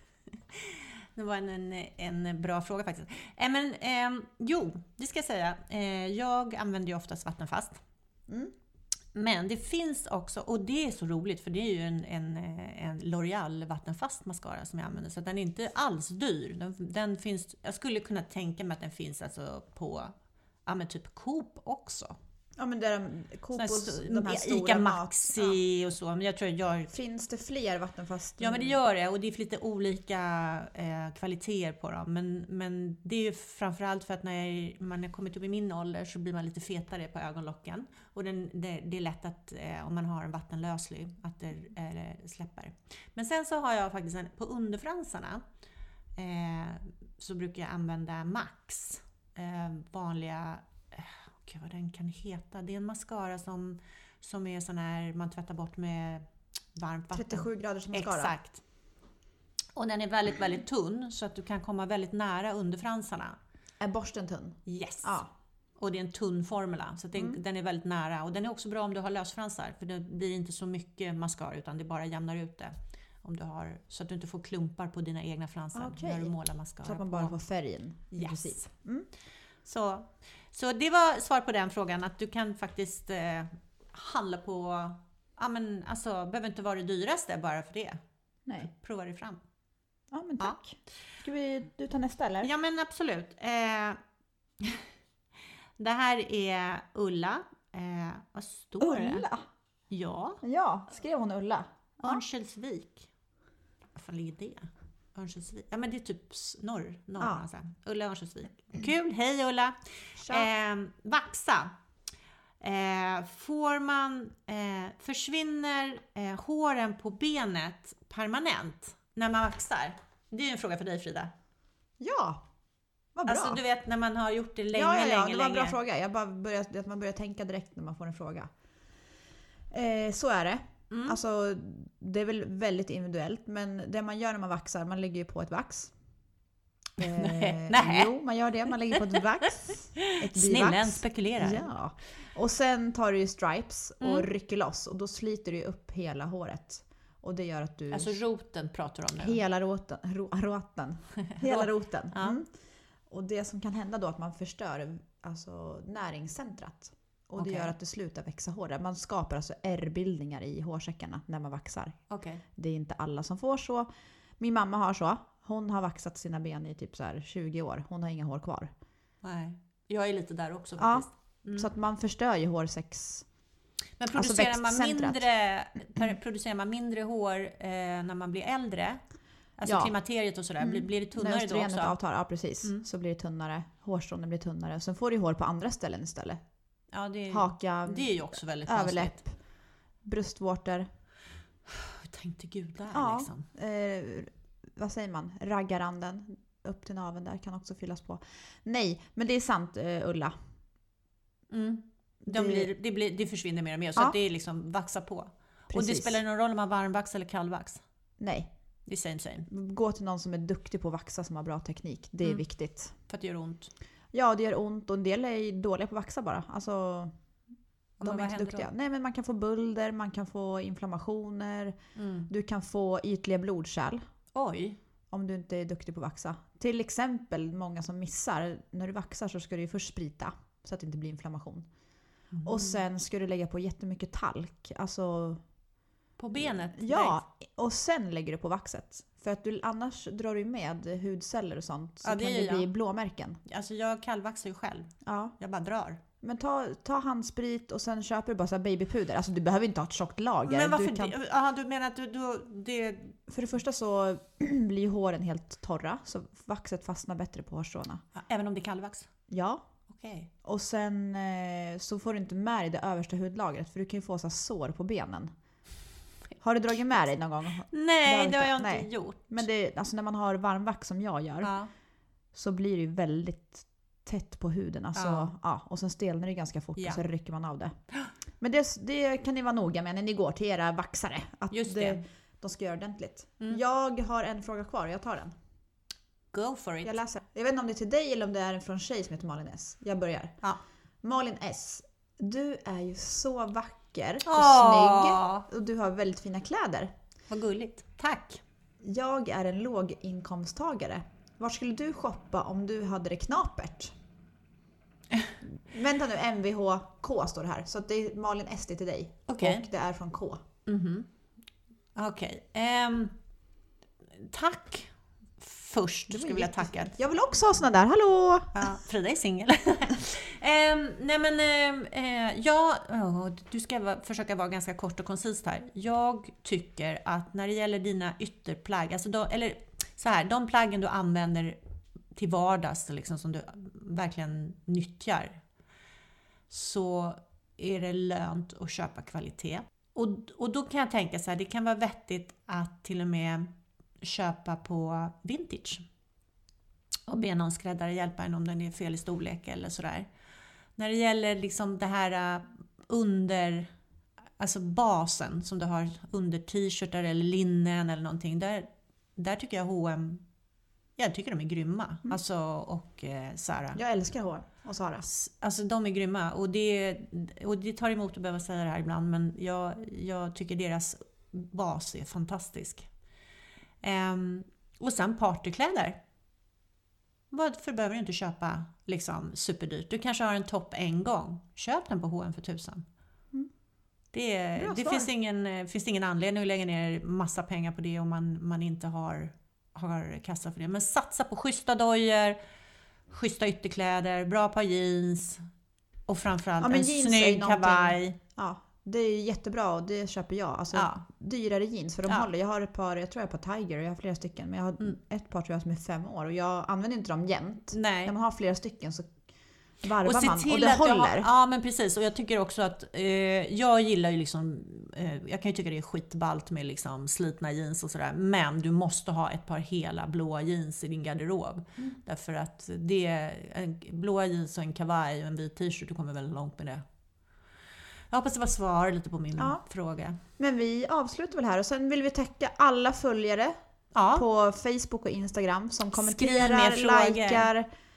Det var en, en, en bra fråga faktiskt. Eh, men, eh, jo, det ska jag säga. Eh, jag använder ju oftast vattenfast. Mm. Men det finns också, och det är så roligt för det är ju en, en, en L'Oreal vattenfast mascara som jag använder. Så den är inte alls dyr. Den, den finns, jag skulle kunna tänka mig att den finns alltså på ja, men typ Coop också. Ja, men det är Coop och st- de här stora Ica Maxi ja. och så. Men jag tror jag... Finns det fler vattenfast? Ja, men det gör det. Och det är lite olika eh, kvaliteter på dem. Men, men det är ju framförallt för att när man har kommit upp i min ålder så blir man lite fetare på ögonlocken. Och den, det, det är lätt att eh, om man har en vattenlöslig att det, eh, det släpper. Men sen så har jag faktiskt en, på underfransarna eh, så brukar jag använda Max. Eh, vanliga... Eh, Gud, vad den kan heta. Det är en mascara som, som är sån här man tvättar bort med varmt vatten. trettiosju graders mascara. Exakt. Och den är väldigt, väldigt tunn så att du kan komma väldigt nära underfransarna. Är borsten tunn? Yes. Ja. Och det är en tunn formula så att det, mm. den är väldigt nära. Och den är också bra om du har lösfransar för det blir inte så mycket mascara utan det bara jämnar ut det. Om du har, så att du inte får klumpar på dina egna fransar okay. när du målar mascara. Så att man bara på. får färgen. Yes. Mm. Så, så det var svar på den frågan att du kan faktiskt eh, handla på, ja men alltså behöver inte vara det dyraste bara för det. Nej. Prova dig fram. Ja men tack. Ja. Ska vi, du ta nästa eller? Ja men absolut. Eh, det här är Ulla. Eh, vad står Ulla? det? Ulla? Ja. Ja, skrev hon Ulla? Örnsköldsvik. Vad fan ligger det? Örnsköldsvik. Ja men det är typ norr. norr ja. Alltså. Ulla Örnsköldsvik. Kul, hej Ulla. Eh, vaxa. Eh, får man, eh, försvinner eh, håren på benet permanent när man vaxar? Det är ju en fråga för dig Frida. Ja, vad bra. Alltså du vet när man har gjort det länge, ja, ja, ja, länge, det var en bra länge. fråga. Jag bara började, att man börjar tänka direkt när man får en fråga. Eh, så är det. Mm. Alltså, det är väl väldigt individuellt, men det man gör när man vaxar, man lägger ju på ett vax. Eh, nej, nej. Jo, man gör det. Man lägger på ett vax. Ett Snillen spekulerar. Ja. Och sen tar du ju stripes och mm. rycker loss och då sliter du upp hela håret. Och det gör att du... Alltså roten pratar du om nu. Hela roten. Ro, roten. Hela roten. Ja. Mm. Och det som kan hända då är att man förstör alltså, näringscentrat. Och det okay. gör att det slutar växa hår där. Man skapar alltså ärrbildningar i hårsäckarna när man vaxar. Okay. Det är inte alla som får så. Min mamma har så. Hon har vaxat sina ben i typ så här tjugo år. Hon har inga hår kvar. Nej. Jag är lite där också faktiskt. Ja, mm. Så att man förstör ju hårsäcks... Men producerar, alltså man mindre, producerar man mindre hår eh, när man blir äldre? Alltså ja. klimakteriet och sådär. Mm. Blir, blir det tunnare då också? Avtar, ja, precis. Mm. Så blir det tunnare. Hårstrånen blir tunnare. Sen får du hår på andra ställen istället. Ja, det är, haka, det är ju också väldigt överläpp, konstigt. Bröstvårtor. Jag tänkte gud där ja, liksom. Eh, vad säger man? Raggaranden upp till naveln där kan också fyllas på. Nej, men det är sant eh, Ulla. Mm. De det, blir, det, blir, det försvinner mer och mer. Så ja. att det är liksom vaxa på. Precis. Och det spelar någon roll om man har varmvax eller kallvax? Nej. Det är same same. Gå till någon som är duktig på att vaxa som har bra teknik. Det är mm. viktigt. För att det gör ont. Ja, det gör ont och en del är dåliga på att vaxa bara. Alltså, de är inte duktiga. Då? Nej, men man kan få bulder, man kan få inflammationer. Mm. Du kan få ytliga blodkärl. Oj. Om du inte är duktig på att vaxa. Till exempel många som missar. När du vaxar så ska du ju först sprita. Så att det inte blir inflammation. Mm. Och sen ska du lägga på jättemycket talk. Alltså... På benet? Ja, och sen lägger du på vaxet. För att du, annars drar du med hudceller och sånt. Så ja, det kan det bli blåmärken. Alltså jag kallvaxar ju själv. Ja. Jag bara drar. Men ta, ta handsprit och sen köper du bara så här babypuder. Alltså du behöver inte ha ett tjockt lager. Men varför du, kan... det? Aha, du menar att du, du, det... För det första så blir ju håren helt torra. Så vaxet fastnar bättre på hårstråna. Ja, även om det är kallvax? Ja. Okay. Och sen eh, så får du inte med dig det översta hudlagret. För du kan ju få så här sår på benen. Har du dragit med dig någon gång? Nej, det, det har jag inte Nej. gjort. Men det, alltså när man har varmvax som jag gör. Ja. Så blir det ju väldigt tätt på huden. Alltså, ja. Ja, och sen stelnar det ganska fort ja. Och så rycker man av det. Men det, det kan ni vara noga med när ni går till era vaxare. Att Just det. Det, de ska göra ordentligt. Mm. Jag har en fråga kvar, jag tar den. Go for it. Jag läser. Jag vet inte om det är till dig eller om det är en från tjej som heter Malin S. Jag börjar. Ja. Malin S. Du är ju så vacker och Åh. snygg. Och du har väldigt fina kläder. Vad gulligt. Tack. Jag är en låginkomsttagare. Var skulle du shoppa om du hade det knapert? Vänta nu, M V H K står det här. Så det är Malin S till dig. Okay. Och det är från K. Mm-hmm. Okej. Okay. Um, tack. Först skulle jag vilja tacka. Jag vill också ha såna där. Hallå! Ja, Frida är singel. um, nej men, uh, ja, oh, du ska va, försöka vara ganska kort och koncist här. Jag tycker att när det gäller dina ytterplagg, alltså då, eller så här, de plaggen du använder till vardags, liksom, som du verkligen nyttjar, så är det lönt att köpa kvalitet. Och, och då kan jag tänka så här, det kan vara vettigt att till och med köpa på vintage och be någon skräddare hjälpa en om den är fel i storlek eller sådär. När det gäller liksom det här under, alltså basen som du har under t-shirtar eller linnen eller någonting, där, där tycker jag H och M, jag tycker de är grymma. Mm. Alltså, och eh, Zara. Jag älskar H och M och Zara. Alltså de är grymma och det, och det tar emot att behöva säga det här ibland, men jag, jag tycker deras bas är fantastisk. Um, och sen partykläder. Varför behöver du inte köpa liksom superdyrt? Du kanske har en topp en gång. Köp den på H och M för tusen. Mm. Det, det finns, ingen, finns ingen anledning att lägga ner massa pengar på det om man, man inte har, har kassa för det. Men satsa på schyssta dojor, schyssta ytterkläder, bra par jeans och framförallt ja, en snygg kavaj. Ja. Det är jättebra och det köper jag. Alltså ja. Dyrare jeans för de ja. håller. Jag har ett par, jag tror jag har ett par Tiger och jag har flera stycken. Men jag har mm. ett par tror jag som är fem år och jag använder inte dem jämt. Nej. När man har flera stycken så varvar och man och det håller. Har, ja men precis, och jag tycker också att eh, jag gillar ju liksom, eh, jag kan ju tycka det är skitballt med liksom slitna jeans och sådär. Men du måste ha ett par hela blåa jeans i din garderob. Mm. Därför att det är en blåa jeans och en kavaj och en vit t-shirt, du kommer väldigt långt med det. Jag hoppas det var svar lite på min ja. fråga. Men vi avslutar väl här och sen vill vi tacka alla följare ja. på Facebook och Instagram som kommenterar, likar.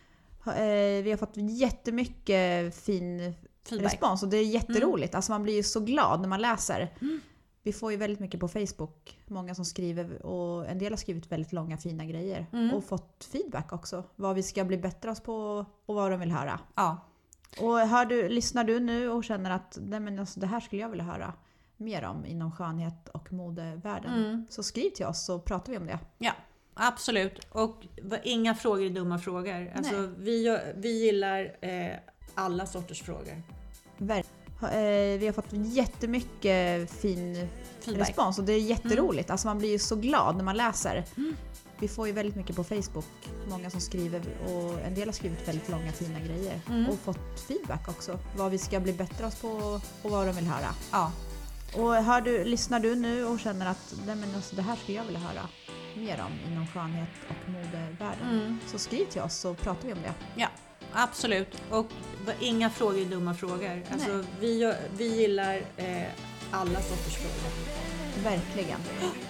Eh, vi har fått jättemycket fin feedback. Respons och det är jätteroligt. Mm. Alltså man blir ju så glad när man läser. Mm. Vi får ju väldigt mycket på Facebook. Många som skriver och en del har skrivit väldigt långa fina grejer. Mm. Och fått feedback också. Vad vi ska bli bättre oss på och vad de vill höra. Ja. Och hör du, lyssnar du nu och känner att nej men alltså, det här skulle jag vilja höra mer om inom skönhet och modevärlden. Mm. Så skriv till oss så pratar vi om det. Ja, absolut. Och inga frågor är dumma frågor. Alltså, vi, vi gillar eh, alla sorters frågor. Ver- eh, vi har fått jättemycket fin feedback. Respons och det är jätteroligt. Mm. Alltså man blir ju så glad när man läser. Mm. Vi får ju väldigt mycket på Facebook. Många som skriver och en del har skrivit väldigt långa fina grejer. Mm. Och fått feedback också. Vad vi ska bli bättre oss på och vad de vill höra. Ja. Och hör du, lyssnar du nu och känner att nej men alltså, det här skulle jag vilja höra mer om inom skönhet och modevärlden. Mm. Så skriv till oss så pratar vi om det. Ja, absolut. Och inga frågor är dumma frågor. Alltså, vi, vi gillar eh, alla sorters frågor. Verkligen.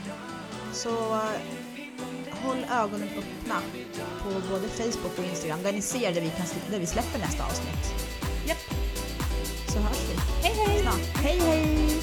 Så håll ögonen öppna på både Facebook och Instagram där ni ser där vi, kan, där vi släpper nästa avsnitt. Japp. Så hörs vi. Hej hej! Snart. Hej hej!